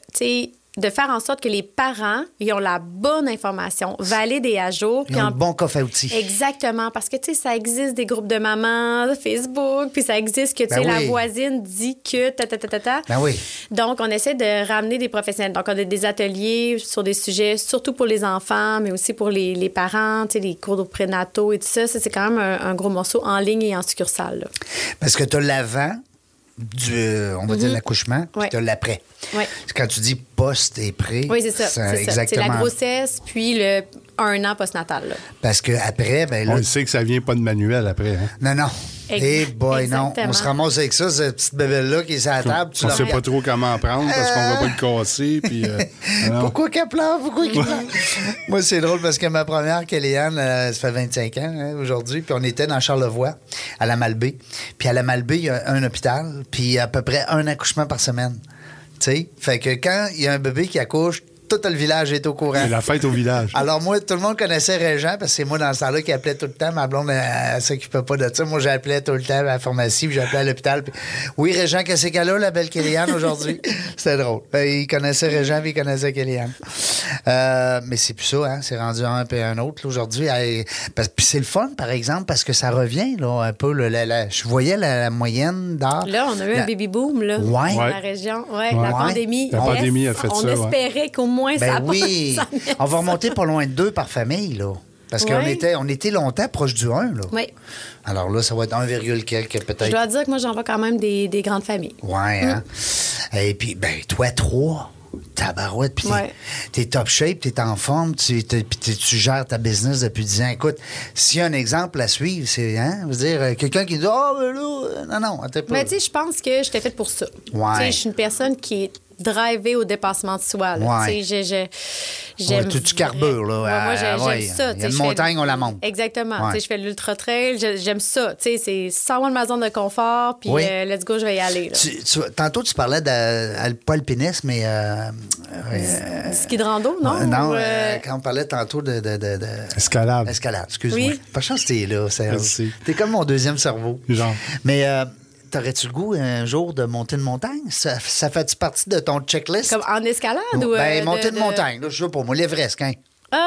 de faire en sorte que les parents ils ont la bonne information, valide et à jour. Ils ont le bon coffre à outils. Exactement, parce que, tu sais, ça existe des groupes de mamans, Facebook, puis ça existe que, tu sais, Ben la oui. voisine dit que ta. Ben oui. Donc, on essaie de ramener des professionnels. Donc, on a des ateliers sur des sujets, surtout pour les enfants, mais aussi pour les parents, tu sais, les cours de prénataux et tout ça. Ça, c'est quand même un gros morceau en ligne et en succursale, là. Parce que tu as l'avant, on va dire l'accouchement, puis Ouais. tu as l'après. Ouais. Quand tu dis post et pré. Oui, c'est ça. C'est ça. Exactement. C'est la grossesse, puis le 1 an postnatal. Là. Parce qu'après, ben là... On le sait que ça vient pas de manuel après. Hein? Non. Eh boy, non. Exactement. On se ramasse avec ça, cette petite bébelle-là qui est sur la table. On ne sait pas trop comment prendre parce qu'on va pas le casser. Puis, non. Pourquoi qu'elle pleure? Pourquoi qu'elle pleure? Moi, c'est drôle parce que ma première, Kéléane, ça fait 25 ans aujourd'hui, puis on était dans Charlevoix, à la Malbaie. Puis à la Malbaie, il y a un hôpital, puis à peu près un accouchement par semaine. Tu sais? Fait que quand il y a un bébé qui accouche, tout le village est au courant. C'est la fête au village. Alors moi, tout le monde connaissait Régent parce que c'est moi dans ce temps-là qui appelait tout le temps. Ma blonde, elle s'occupait pas de ça. Moi, j'appelais tout le temps à la pharmacie, puis j'appelais à l'hôpital. Puis, oui, Régent, qu'est-ce qu'elle a, la belle Kéléane, aujourd'hui? C'était drôle. Il connaissait Régent, puis il connaissait Kéléane. Mais c'est plus ça, hein? C'est rendu un puis un autre, là, aujourd'hui. Puis c'est le fun, par exemple, parce que ça revient, là, un peu. Je voyais la moyenne d'âge. Là, on a eu un baby boom, là, dans la région. Ouais, la pandémie. La pandémie a fait on ça. On espérait qu'au moins ça oui. On va remonter pas loin de 2 par famille, là. Parce qu'on était longtemps proche du 1, là. Oui. Alors là, ça va être 1, quelque peut-être. Je dois dire que moi, j'en vois quand même des grandes familles. Oui, hein? Et puis, ben, toi, 3. Tabarouette, puis t'es top shape, t'es en forme, tu gères ta business depuis 10 ans. Écoute, s'il y a un exemple à suivre, c'est, hein, je veux dire, quelqu'un qui dit « Ah, ben là, non, t'es pas... » Mais tu sais, je pense que j'étais faite pour ça. Tu sais, je suis une personne qui est drivée au dépassement de soi. Là. Tu sais, j'aime... tu carbures, là. Moi, j'aime ça. Il y a une montagne, on la monte. Exactement. Tu sais, je fais l'ultra-trail, j'aime ça. Tu sais, c'est sors-moi de ma zone de confort, puis let's go, je vais y aller. Là. Tantôt, tu parlais pas alpinisme, mais... ski de rando, non? Non, quand on parlait tantôt de... Escalade. Escalade, excuse-moi. Oui. Pas chance que t'es là, Merci. T'es comme mon deuxième cerveau. Genre. Mais... T'aurais-tu le goût un jour de monter une montagne? Ça fait-tu partie de ton checklist? Comme en escalade ou... Ben, monter une montagne, là, je sais pas, moi, l'Everest, hein?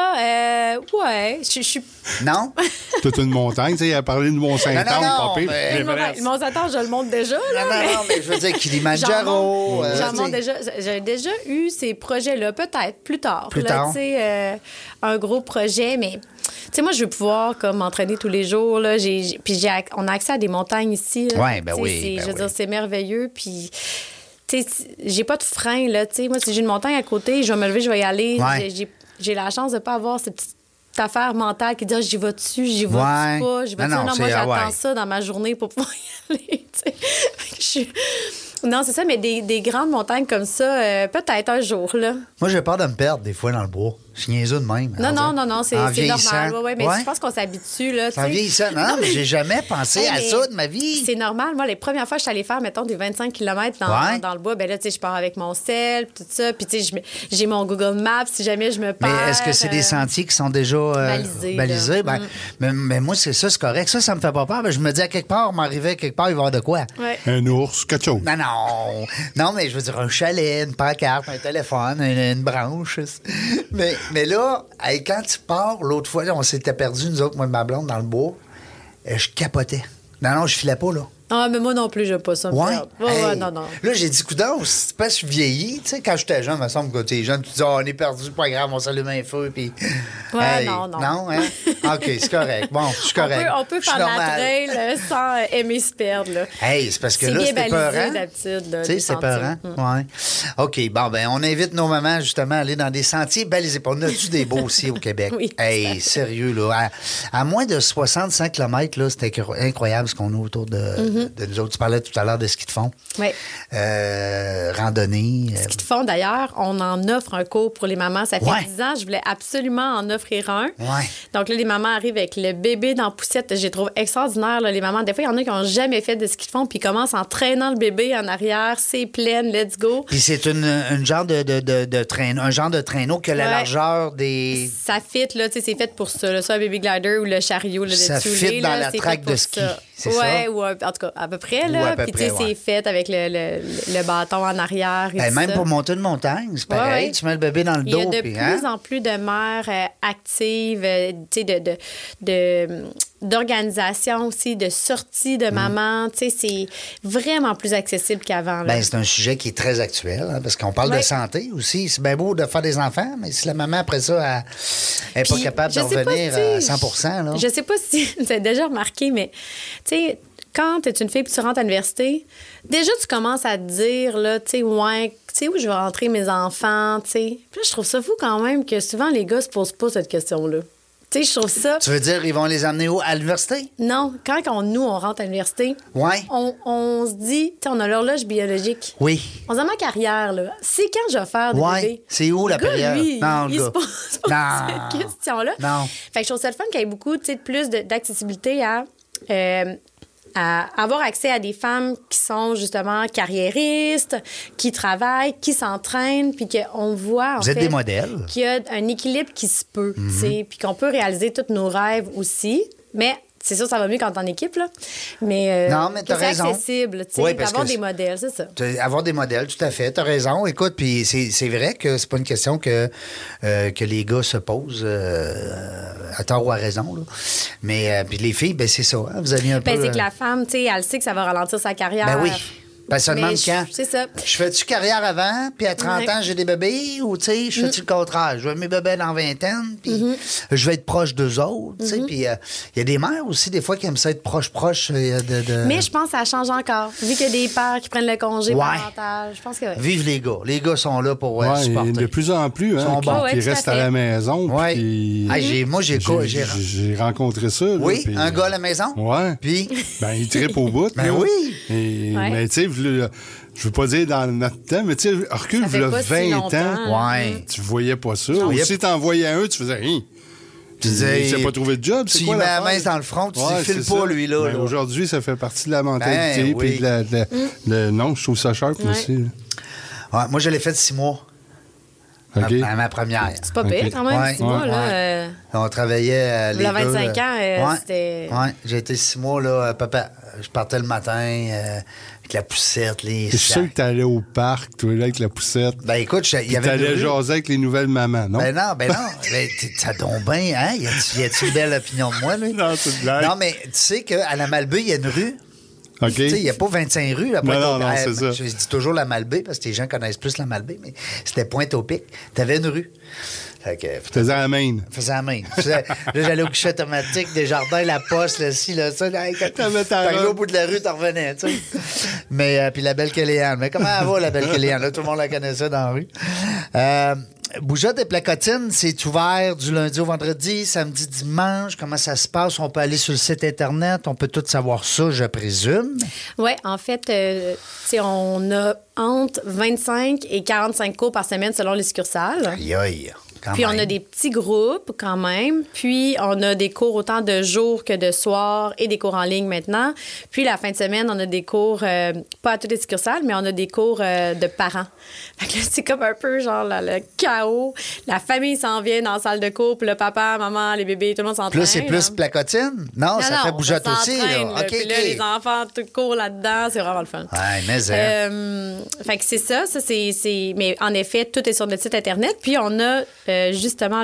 Ouais. Je suis... Non? Toute une montagne, tu sais, il a parlé de Mont-Saint-Anne, pas pire. Le Mont-Saint-Anne, je le monte déjà, là. Non, mais je veux dire Kilimanjaro. J'en monte déjà. J'ai déjà eu ces projets-là, peut-être, plus tard. Plus tard. Tu sais, un gros projet, mais... Tu sais, moi, je veux pouvoir comme m'entraîner tous les jours. Là. On a accès à des montagnes ici. Oui, ben oui. Je veux dire, c'est merveilleux. Puis, tu sais, j'ai pas de frein. Là, tu sais. Moi, si j'ai une montagne à côté, je vais me lever, je vais y aller. Ouais. J'ai la chance de pas avoir cette petite affaire mentale qui dit j'y vais-tu, j'y vais-tu Ouais. pas, j'y vais-tu. Non, Moi, j'attends ça dans ma journée pour pouvoir y aller. Non, c'est ça, mais des grandes montagnes comme ça, peut-être un jour, là. Moi, j'ai peur de me perdre des fois dans le bois. Je suis niaiseux de même. Non, c'est normal. Ouais, mais je pense qu'on s'habitue, là. En vieillissant. Non, mais j'ai jamais pensé à ça de ma vie. C'est normal. Moi, les premières fois que je suis allée faire, mettons, des 25 km dans le bois, ben là, tu sais, je pars avec mon sel, tout ça. Puis, tu sais, j'ai mon Google Maps si jamais je me perds. Mais est-ce que c'est des sentiers qui sont déjà balisés? Ben, mais moi, c'est correct. Ça me fait pas peur. Ben, je me dis, à quelque part, m'arriver quelque part, il va y avoir de quoi? Ouais. Un ours, quelque chose. Non, mais je veux dire, un chalet, une pancarte, un téléphone, une branche. Mais là, quand tu pars, l'autre fois, là, on s'était perdu, nous autres, moi et ma blonde, dans le bois. Je capotais. Non, je filais pas, là. Ah, mais moi non plus, j'aime pas ça. Ouais? Non. Là, j'ai dit, coudonc, c'est parce que je vieillis. Tu sais, quand j'étais jeune, il me semble que t'es jeune, tu dis, on est perdu, pas grave, on s'allume un feu, puis... Ouais, non. Non, hein? OK, c'est correct. Bon, je suis correct. On peut faire la trail sans aimer se perdre, là. Hey, c'est parce que là, c'est c'est peurant. d'habitude. Tu sais, c'est peurant. Ouais. OK, bon, ben on invite nos mamans, justement, à aller dans des sentiers balisés. On a-tu des beaux aussi au Québec? Oui. Hey, sérieux, là. À moins de 65 km, là, c'était incroyable ce qu'on a autour de nous autres. Tu parlais tout à l'heure de ski de fond. Oui. Randonnée. Ski de fond, d'ailleurs, on en offre un cours pour les mamans. Ça fait 10 ans, je voulais absolument en offrir un. Ouais. Donc là, les mamans arrivent avec le bébé dans la poussette. Je les trouve extraordinaires, là, les mamans. Des fois, il y en a qui n'ont jamais fait de ski de fond, puis ils commencent en traînant le bébé en arrière. C'est plein, let's go. Puis c'est une genre de traîneau, un genre de traîneau qui a la largeur des... Ça fit, là, tu sais, c'est fait pour ça. Là, soit un baby glider ou le chariot, là, ça fit dans la traque de ski. C'est ça? Oui, ou en tout cas, à peu près, là. Puis, tu sais, c'est fait avec le bâton en arrière. Et même ça. pour monter une montagne, c'est pareil. Ouais. Tu mets le bébé dans le dos. Il y a de plus en plus de mères actives, tu sais, d'organisation aussi, de sortie de maman. Tu sais, c'est vraiment plus accessible qu'avant. Bien, c'est un sujet qui est très actuel, hein, parce qu'on parle de santé aussi. C'est bien beau de faire des enfants, mais si la maman, après ça, elle n'est pas capable de revenir à 100 là. Je sais pas si tu as déjà remarqué, mais tu sais, quand tu es une fille et tu rentres à l'université, déjà, tu commences à te dire, là, tu sais, ouais, tu sais, où je vais rentrer mes enfants, tu sais. Puis là, je trouve ça fou quand même que souvent, les gars se posent pas cette question-là. Tu sais, je trouve ça... Tu veux dire, ils vont les amener où? À l'université? Non, quand nous, on rentre à l'université, Ouais. on se dit, tu sais, on a l'horloge biologique. Oui. On se dit, ma carrière, là, c'est quand je vais faire des Ouais. bébés? C'est où, la Le gars, période? lui, Non, le il gars. se pose pas cette question-là. Non. Fait que je trouve ça le fun qu'il y ait beaucoup, tu sais, plus d'accessibilité à avoir accès à des femmes qui sont justement carriéristes, qui travaillent, qui s'entraînent, puis qu'on voit, en Vous êtes fait, des modèles. qu'il y a un équilibre qui se peut, tu sais, puis qu'on peut réaliser tous nos rêves aussi, mais... C'est sûr, ça va mieux quand t'es en équipe, là. Mais, Non, mais t'as que c'est raison. accessible, tu sais, Oui, parce d'avoir que des modèles, c'est ça. Avoir des modèles, tout à fait. T'as raison. Écoute, puis c'est vrai que c'est pas une question que les gars se posent à tort ou à raison. Là. Mais puis les filles, ben c'est ça. Hein, vous avez un peu... C'est que la femme, tu sais, elle sait que ça va ralentir sa carrière. Ben oui. Ben, ça demande Mais quand. C'est ça. Je fais-tu carrière avant, puis à 30 Ouais. ans, j'ai des bébés, ou, tu sais, je fais-tu le contraire? Je veux mes bébés dans vingtaine, puis je vais être proche d'eux autres, tu sais. Puis il y a des mères aussi, des fois, qui aiment ça être proche de... Mais je pense que ça change encore. Vu qu'il y a des pères qui prennent le congé Ouais. parental, je pense que... Vive les gars. Les gars sont là pour Ouais, supporter. et de plus en plus, Ils sont hein, bons. Ouais, qui tout à restent à fait. la maison. Ouais. puis- Moi, j'ai J'ai rencontré ça. là, Oui, puis- un gars à la maison. Ouais. Puis... Ben, il trippe au bout. Ben là. oui. Et- Ouais. Mais tu sais, je veux pas dire dans notre temps, mais tu sais, recule, Ça fait v'là pas si 20 longtemps. ans, Ouais. tu voyais pas ça. Non. Ou si t'en voyais un, tu faisais rien. Tu disais, Il s'est pas trouvé de job, c'est tu quoi y mets la l'affaire? main dans le front, tu Ouais, dis, file c'est pas, ça. lui, là. Ben, là. aujourd'hui, ça fait partie de la mentalité. Ben, oui. Puis non, je trouve ça sharp Ouais. aussi. là. Ouais, moi, je l'ai fait 6 mois. OK. Ma première. C'est pas pire, Ok. quand même, Ouais. 6 mois, Ouais. là. On travaillait les Il y a deux, 25 ans, ouais. c'était... Ouais, j'ai été 6 mois, là, papa. Je partais le matin avec la poussette, les Je suis sûr sacs. que t'allais au parc, toi, là, avec la poussette. Ben écoute, il Puis y avait t'allais une rue. jaser avec les nouvelles mamans, non? Ben non. Ben, ça tombe bien, hein? Y a-tu une belle opinion de moi, lui? Non, c'est une blague. Non, mais tu sais qu'à la Malbaie, il y a une rue. OK. Tu sais, il n'y a pas 25 rues. Là, Non, c'est ça. Je dis toujours la Malbaie parce que les gens connaissent plus la Malbaie, mais c'était Pointe-au-Pic. Tu avais une rue. Fait que, Tu faisais la main. faisais la main. Là, j'allais au guichet automatique, des jardins, la poste, là, ci, là, ça. Là, quand T'avais ta t'arrivais robe. au bout de la rue, t'en revenais, tu sais. Mais, puis la belle Kéléane. Mais comment elle va, la belle Kéléane? Là, tout le monde la connaissait dans la rue. Bougeotte et Placotine, c'est ouvert du lundi au vendredi, samedi, dimanche. Comment ça se passe? On peut aller sur le site Internet. On peut tout savoir ça, je présume. Oui, en fait, tu sais, on a entre 25 et 45 cours par semaine selon les succursales. Aïe, aïe. Quand Puis on même. a des petits groupes quand même. Puis on a des cours autant de jour que de soir et des cours en ligne maintenant. Puis la fin de semaine, on a des cours, pas à toutes les succursales, mais on a des cours de parents. Fait que là, c'est comme un peu genre le chaos. La famille s'en vient dans la salle de cours, puis le papa, maman, les bébés, tout le monde s'entraîne. Plus, c'est plus là. Placotine? Non, ça fait Bougeotte ça aussi. s'entraîne, Là. là. OK, Puis là, OK. les enfants, tout courent là-dedans. C'est vraiment le fun. Ouais, mais Fait que c'est ça. C'est... Mais en effet, tout est sur notre site Internet. Puis on a justement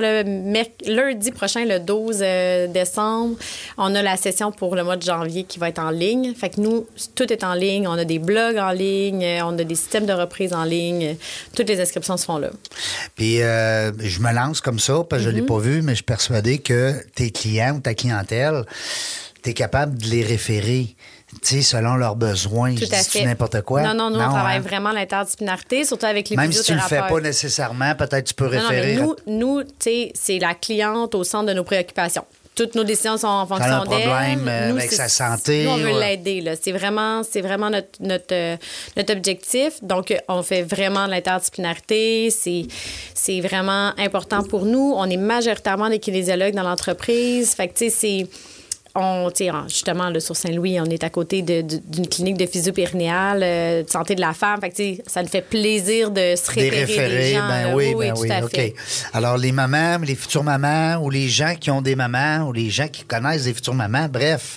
lundi prochain, le 12 décembre, on a la session pour le mois de janvier qui va être en ligne. Fait que nous, tout est en ligne. On a des blogs en ligne, on a des systèmes de reprise en ligne. Toutes les inscriptions se font là. Puis je me lance comme ça, parce que je ne l'ai pas vu, mais je suis persuadé que tes clients ou ta clientèle, tu es capable de les référer, tu sais, selon leurs besoins. Tout Je à dis-tu fait. n'importe quoi? Non, on travaille hein? vraiment l'interdisciplinarité, surtout avec les Même si tu le fais physiothérapeutes. pas nécessairement, peut-être tu peux Non, mais référer. nous, tu sais, c'est la cliente au centre de nos préoccupations. Toutes nos décisions sont en fonction un d'elle. problème Nous, avec c'est- sa santé, Nous, on veut ouais. l'aider. Là. C'est vraiment notre objectif. Donc, on fait vraiment de l'interdisciplinarité. C'est vraiment important pour nous. On est majoritairement des kinésiologues dans l'entreprise. Fait que, tu sais, c'est... justement, là, sur Saint-Louis, on est à côté d'une clinique de physio-périnéale, de santé de la femme. Fait que, tu sais, ça nous fait plaisir de se Des référer référés, des gens. ben là. oui, oui, ben tout oui, à OK. fait. Alors, les mamans, les futures mamans, ou les gens qui ont des mamans, ou les gens qui connaissent des futures mamans, bref,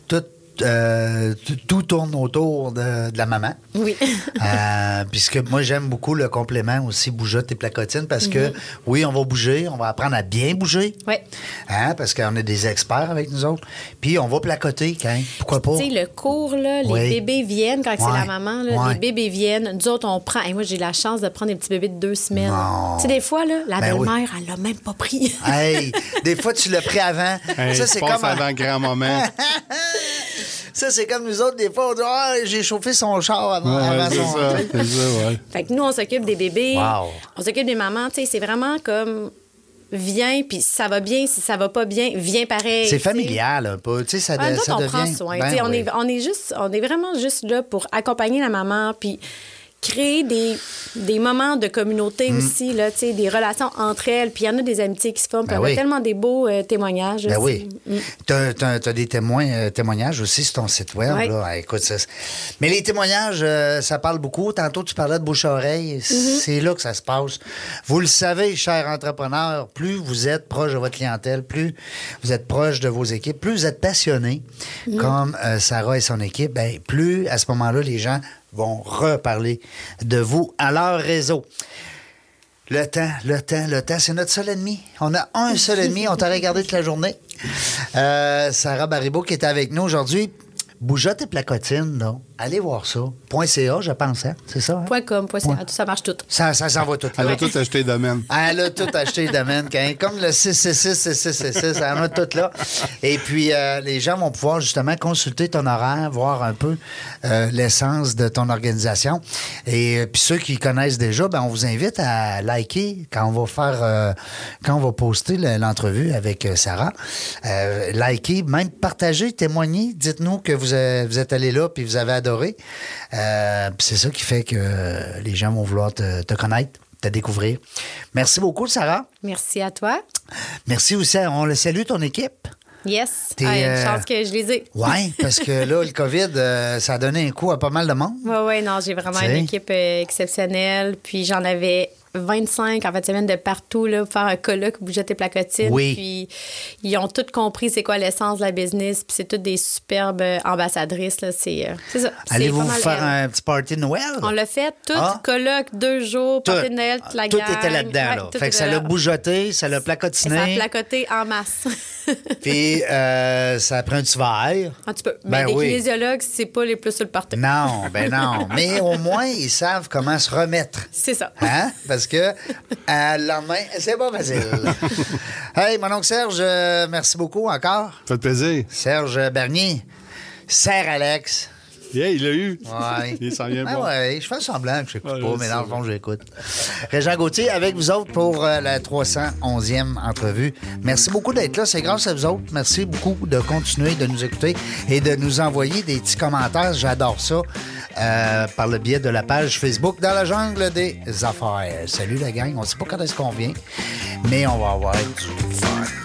tout tourne autour de la maman. Oui. Puisque moi, j'aime beaucoup le complément aussi bougeotte et placotine parce que, oui, on va bouger, on va apprendre à bien bouger. Oui. Hein, parce qu'on a des experts avec nous autres. Puis, on va placoter, quand pourquoi pas? Tu sais, le cours, là, les Oui. bébés viennent quand c'est Ouais. la maman. Là, Ouais. Les bébés viennent. Nous autres, on prend. Et moi, j'ai la chance de prendre des petits bébés de 2 semaines. Non. Tu sais, des fois, là, la Ben oui. belle-mère, elle l'a même pas pris. Hey, des fois, tu l'as pris avant. Hey, ça, je c'est passe comme... avant grand moment. Ça, c'est comme nous autres, des fois, on dit « Ah, j'ai chauffé son char avant, avant c'est son... ça, c'est ça, ouais. Fait que nous, on s'occupe des bébés, Wow. on s'occupe des mamans. Tu sais, c'est vraiment comme viens, puis si ça va bien, si ça va pas bien, viens pareil. C'est tu sais. familial un peu, tu sais, ça, En même temps, ça on devient... prend soin. Ben Tu sais, oui. on est vraiment juste là pour accompagner la maman, puis créer des moments de communauté aussi, là, tu sais, des relations entre elles. Puis il y en a des amitiés qui se forment. Ben Puis on a oui. tellement des beaux témoignages. Ben aussi. oui. T'as des témoignages aussi sur ton site web. Oui. Là. Ah, écoute, mais les témoignages, ça parle beaucoup. Tantôt, tu parlais de bouche-oreille. C'est là que ça se passe. Vous le savez, chers entrepreneurs, plus vous êtes proche de votre clientèle, plus vous êtes proche de vos équipes, plus vous êtes passionné, comme Sarah et son équipe, ben, plus à ce moment-là, les gens vont reparler de vous à leur réseau. Le temps, c'est notre seul ennemi. On a un seul ennemi. On t'a regardé toute la journée. Sarah Baribeau qui est avec nous aujourd'hui. Bougeotte et placotine, donc. Allez voir ça. .ca, je pense, hein? C'est ça? Hein? .com, .ca, tout ça marche tout. Ça s'en va tout. Elle là. a tout acheté domaine. Elle a tout acheté, le domaine. Comme le 666, elle en a tout là. Et puis, les gens vont pouvoir justement consulter ton horaire, voir un peu l'essence de ton organisation. Et puis, ceux qui connaissent déjà, ben, on vous invite à liker quand on va faire, quand on va poster l'entrevue avec Sarah. Liker, même partager, témoigner. Dites-nous que vous êtes allé là puis vous avez adoré. Puis c'est ça qui fait que les gens vont vouloir te connaître, te découvrir. Merci beaucoup, Sarah. Merci à toi. Merci aussi. On le salue, ton équipe. Yes. T'es, Ah, il y a une chance que je les ai. Oui, parce que là, le COVID, ça a donné un coup à pas mal de monde. Oui, non, j'ai vraiment T'sais. une équipe exceptionnelle. Puis j'en avais 25 en fin de semaine de partout là, pour faire un colloque Bougeotte et placotine. Oui. Puis ils ont tous compris c'est quoi l'essence de la business. Puis c'est toutes des superbes ambassadrices. Là. C'est ça. Allez-vous C'est pas mal, faire un petit party de Noël? On l'a fait, tout Ah. colloque, 2 jours, Tout. party de Noël, toute la Tout gang. était là-dedans. Ouais, Là. tout Fait que ça était l'a là. bougeoté, ça l'a Ça a placotiné. placoté en masse. Puis ça a pris un petit verre. Un petit peu. Ben Mais les oui. kinésiologues, c'est pas les plus sur le party. Non, ben non. Mais au moins, ils savent comment se remettre. C'est ça. Hein? Parce que le lendemain, c'est pas facile. Hey, mon oncle Serge, merci beaucoup encore. Fait plaisir. Serge Bernier, Serre Alex. Yeah, il l'a eu. Ouais. Il s'en vient Ben bon. ouais, je fais semblant que je n'écoute Ouais, pas, je mais sais, dans le fond, je l'écoute. Régent Gauthier, avec vous autres pour la 311e entrevue. Merci beaucoup d'être là. C'est grâce à vous autres. Merci beaucoup de continuer de nous écouter et de nous envoyer des petits commentaires. J'adore ça. Par le biais de la page Facebook Dans la jungle des affaires. Salut la gang. On ne sait pas quand est-ce qu'on vient, mais on va avoir du fun.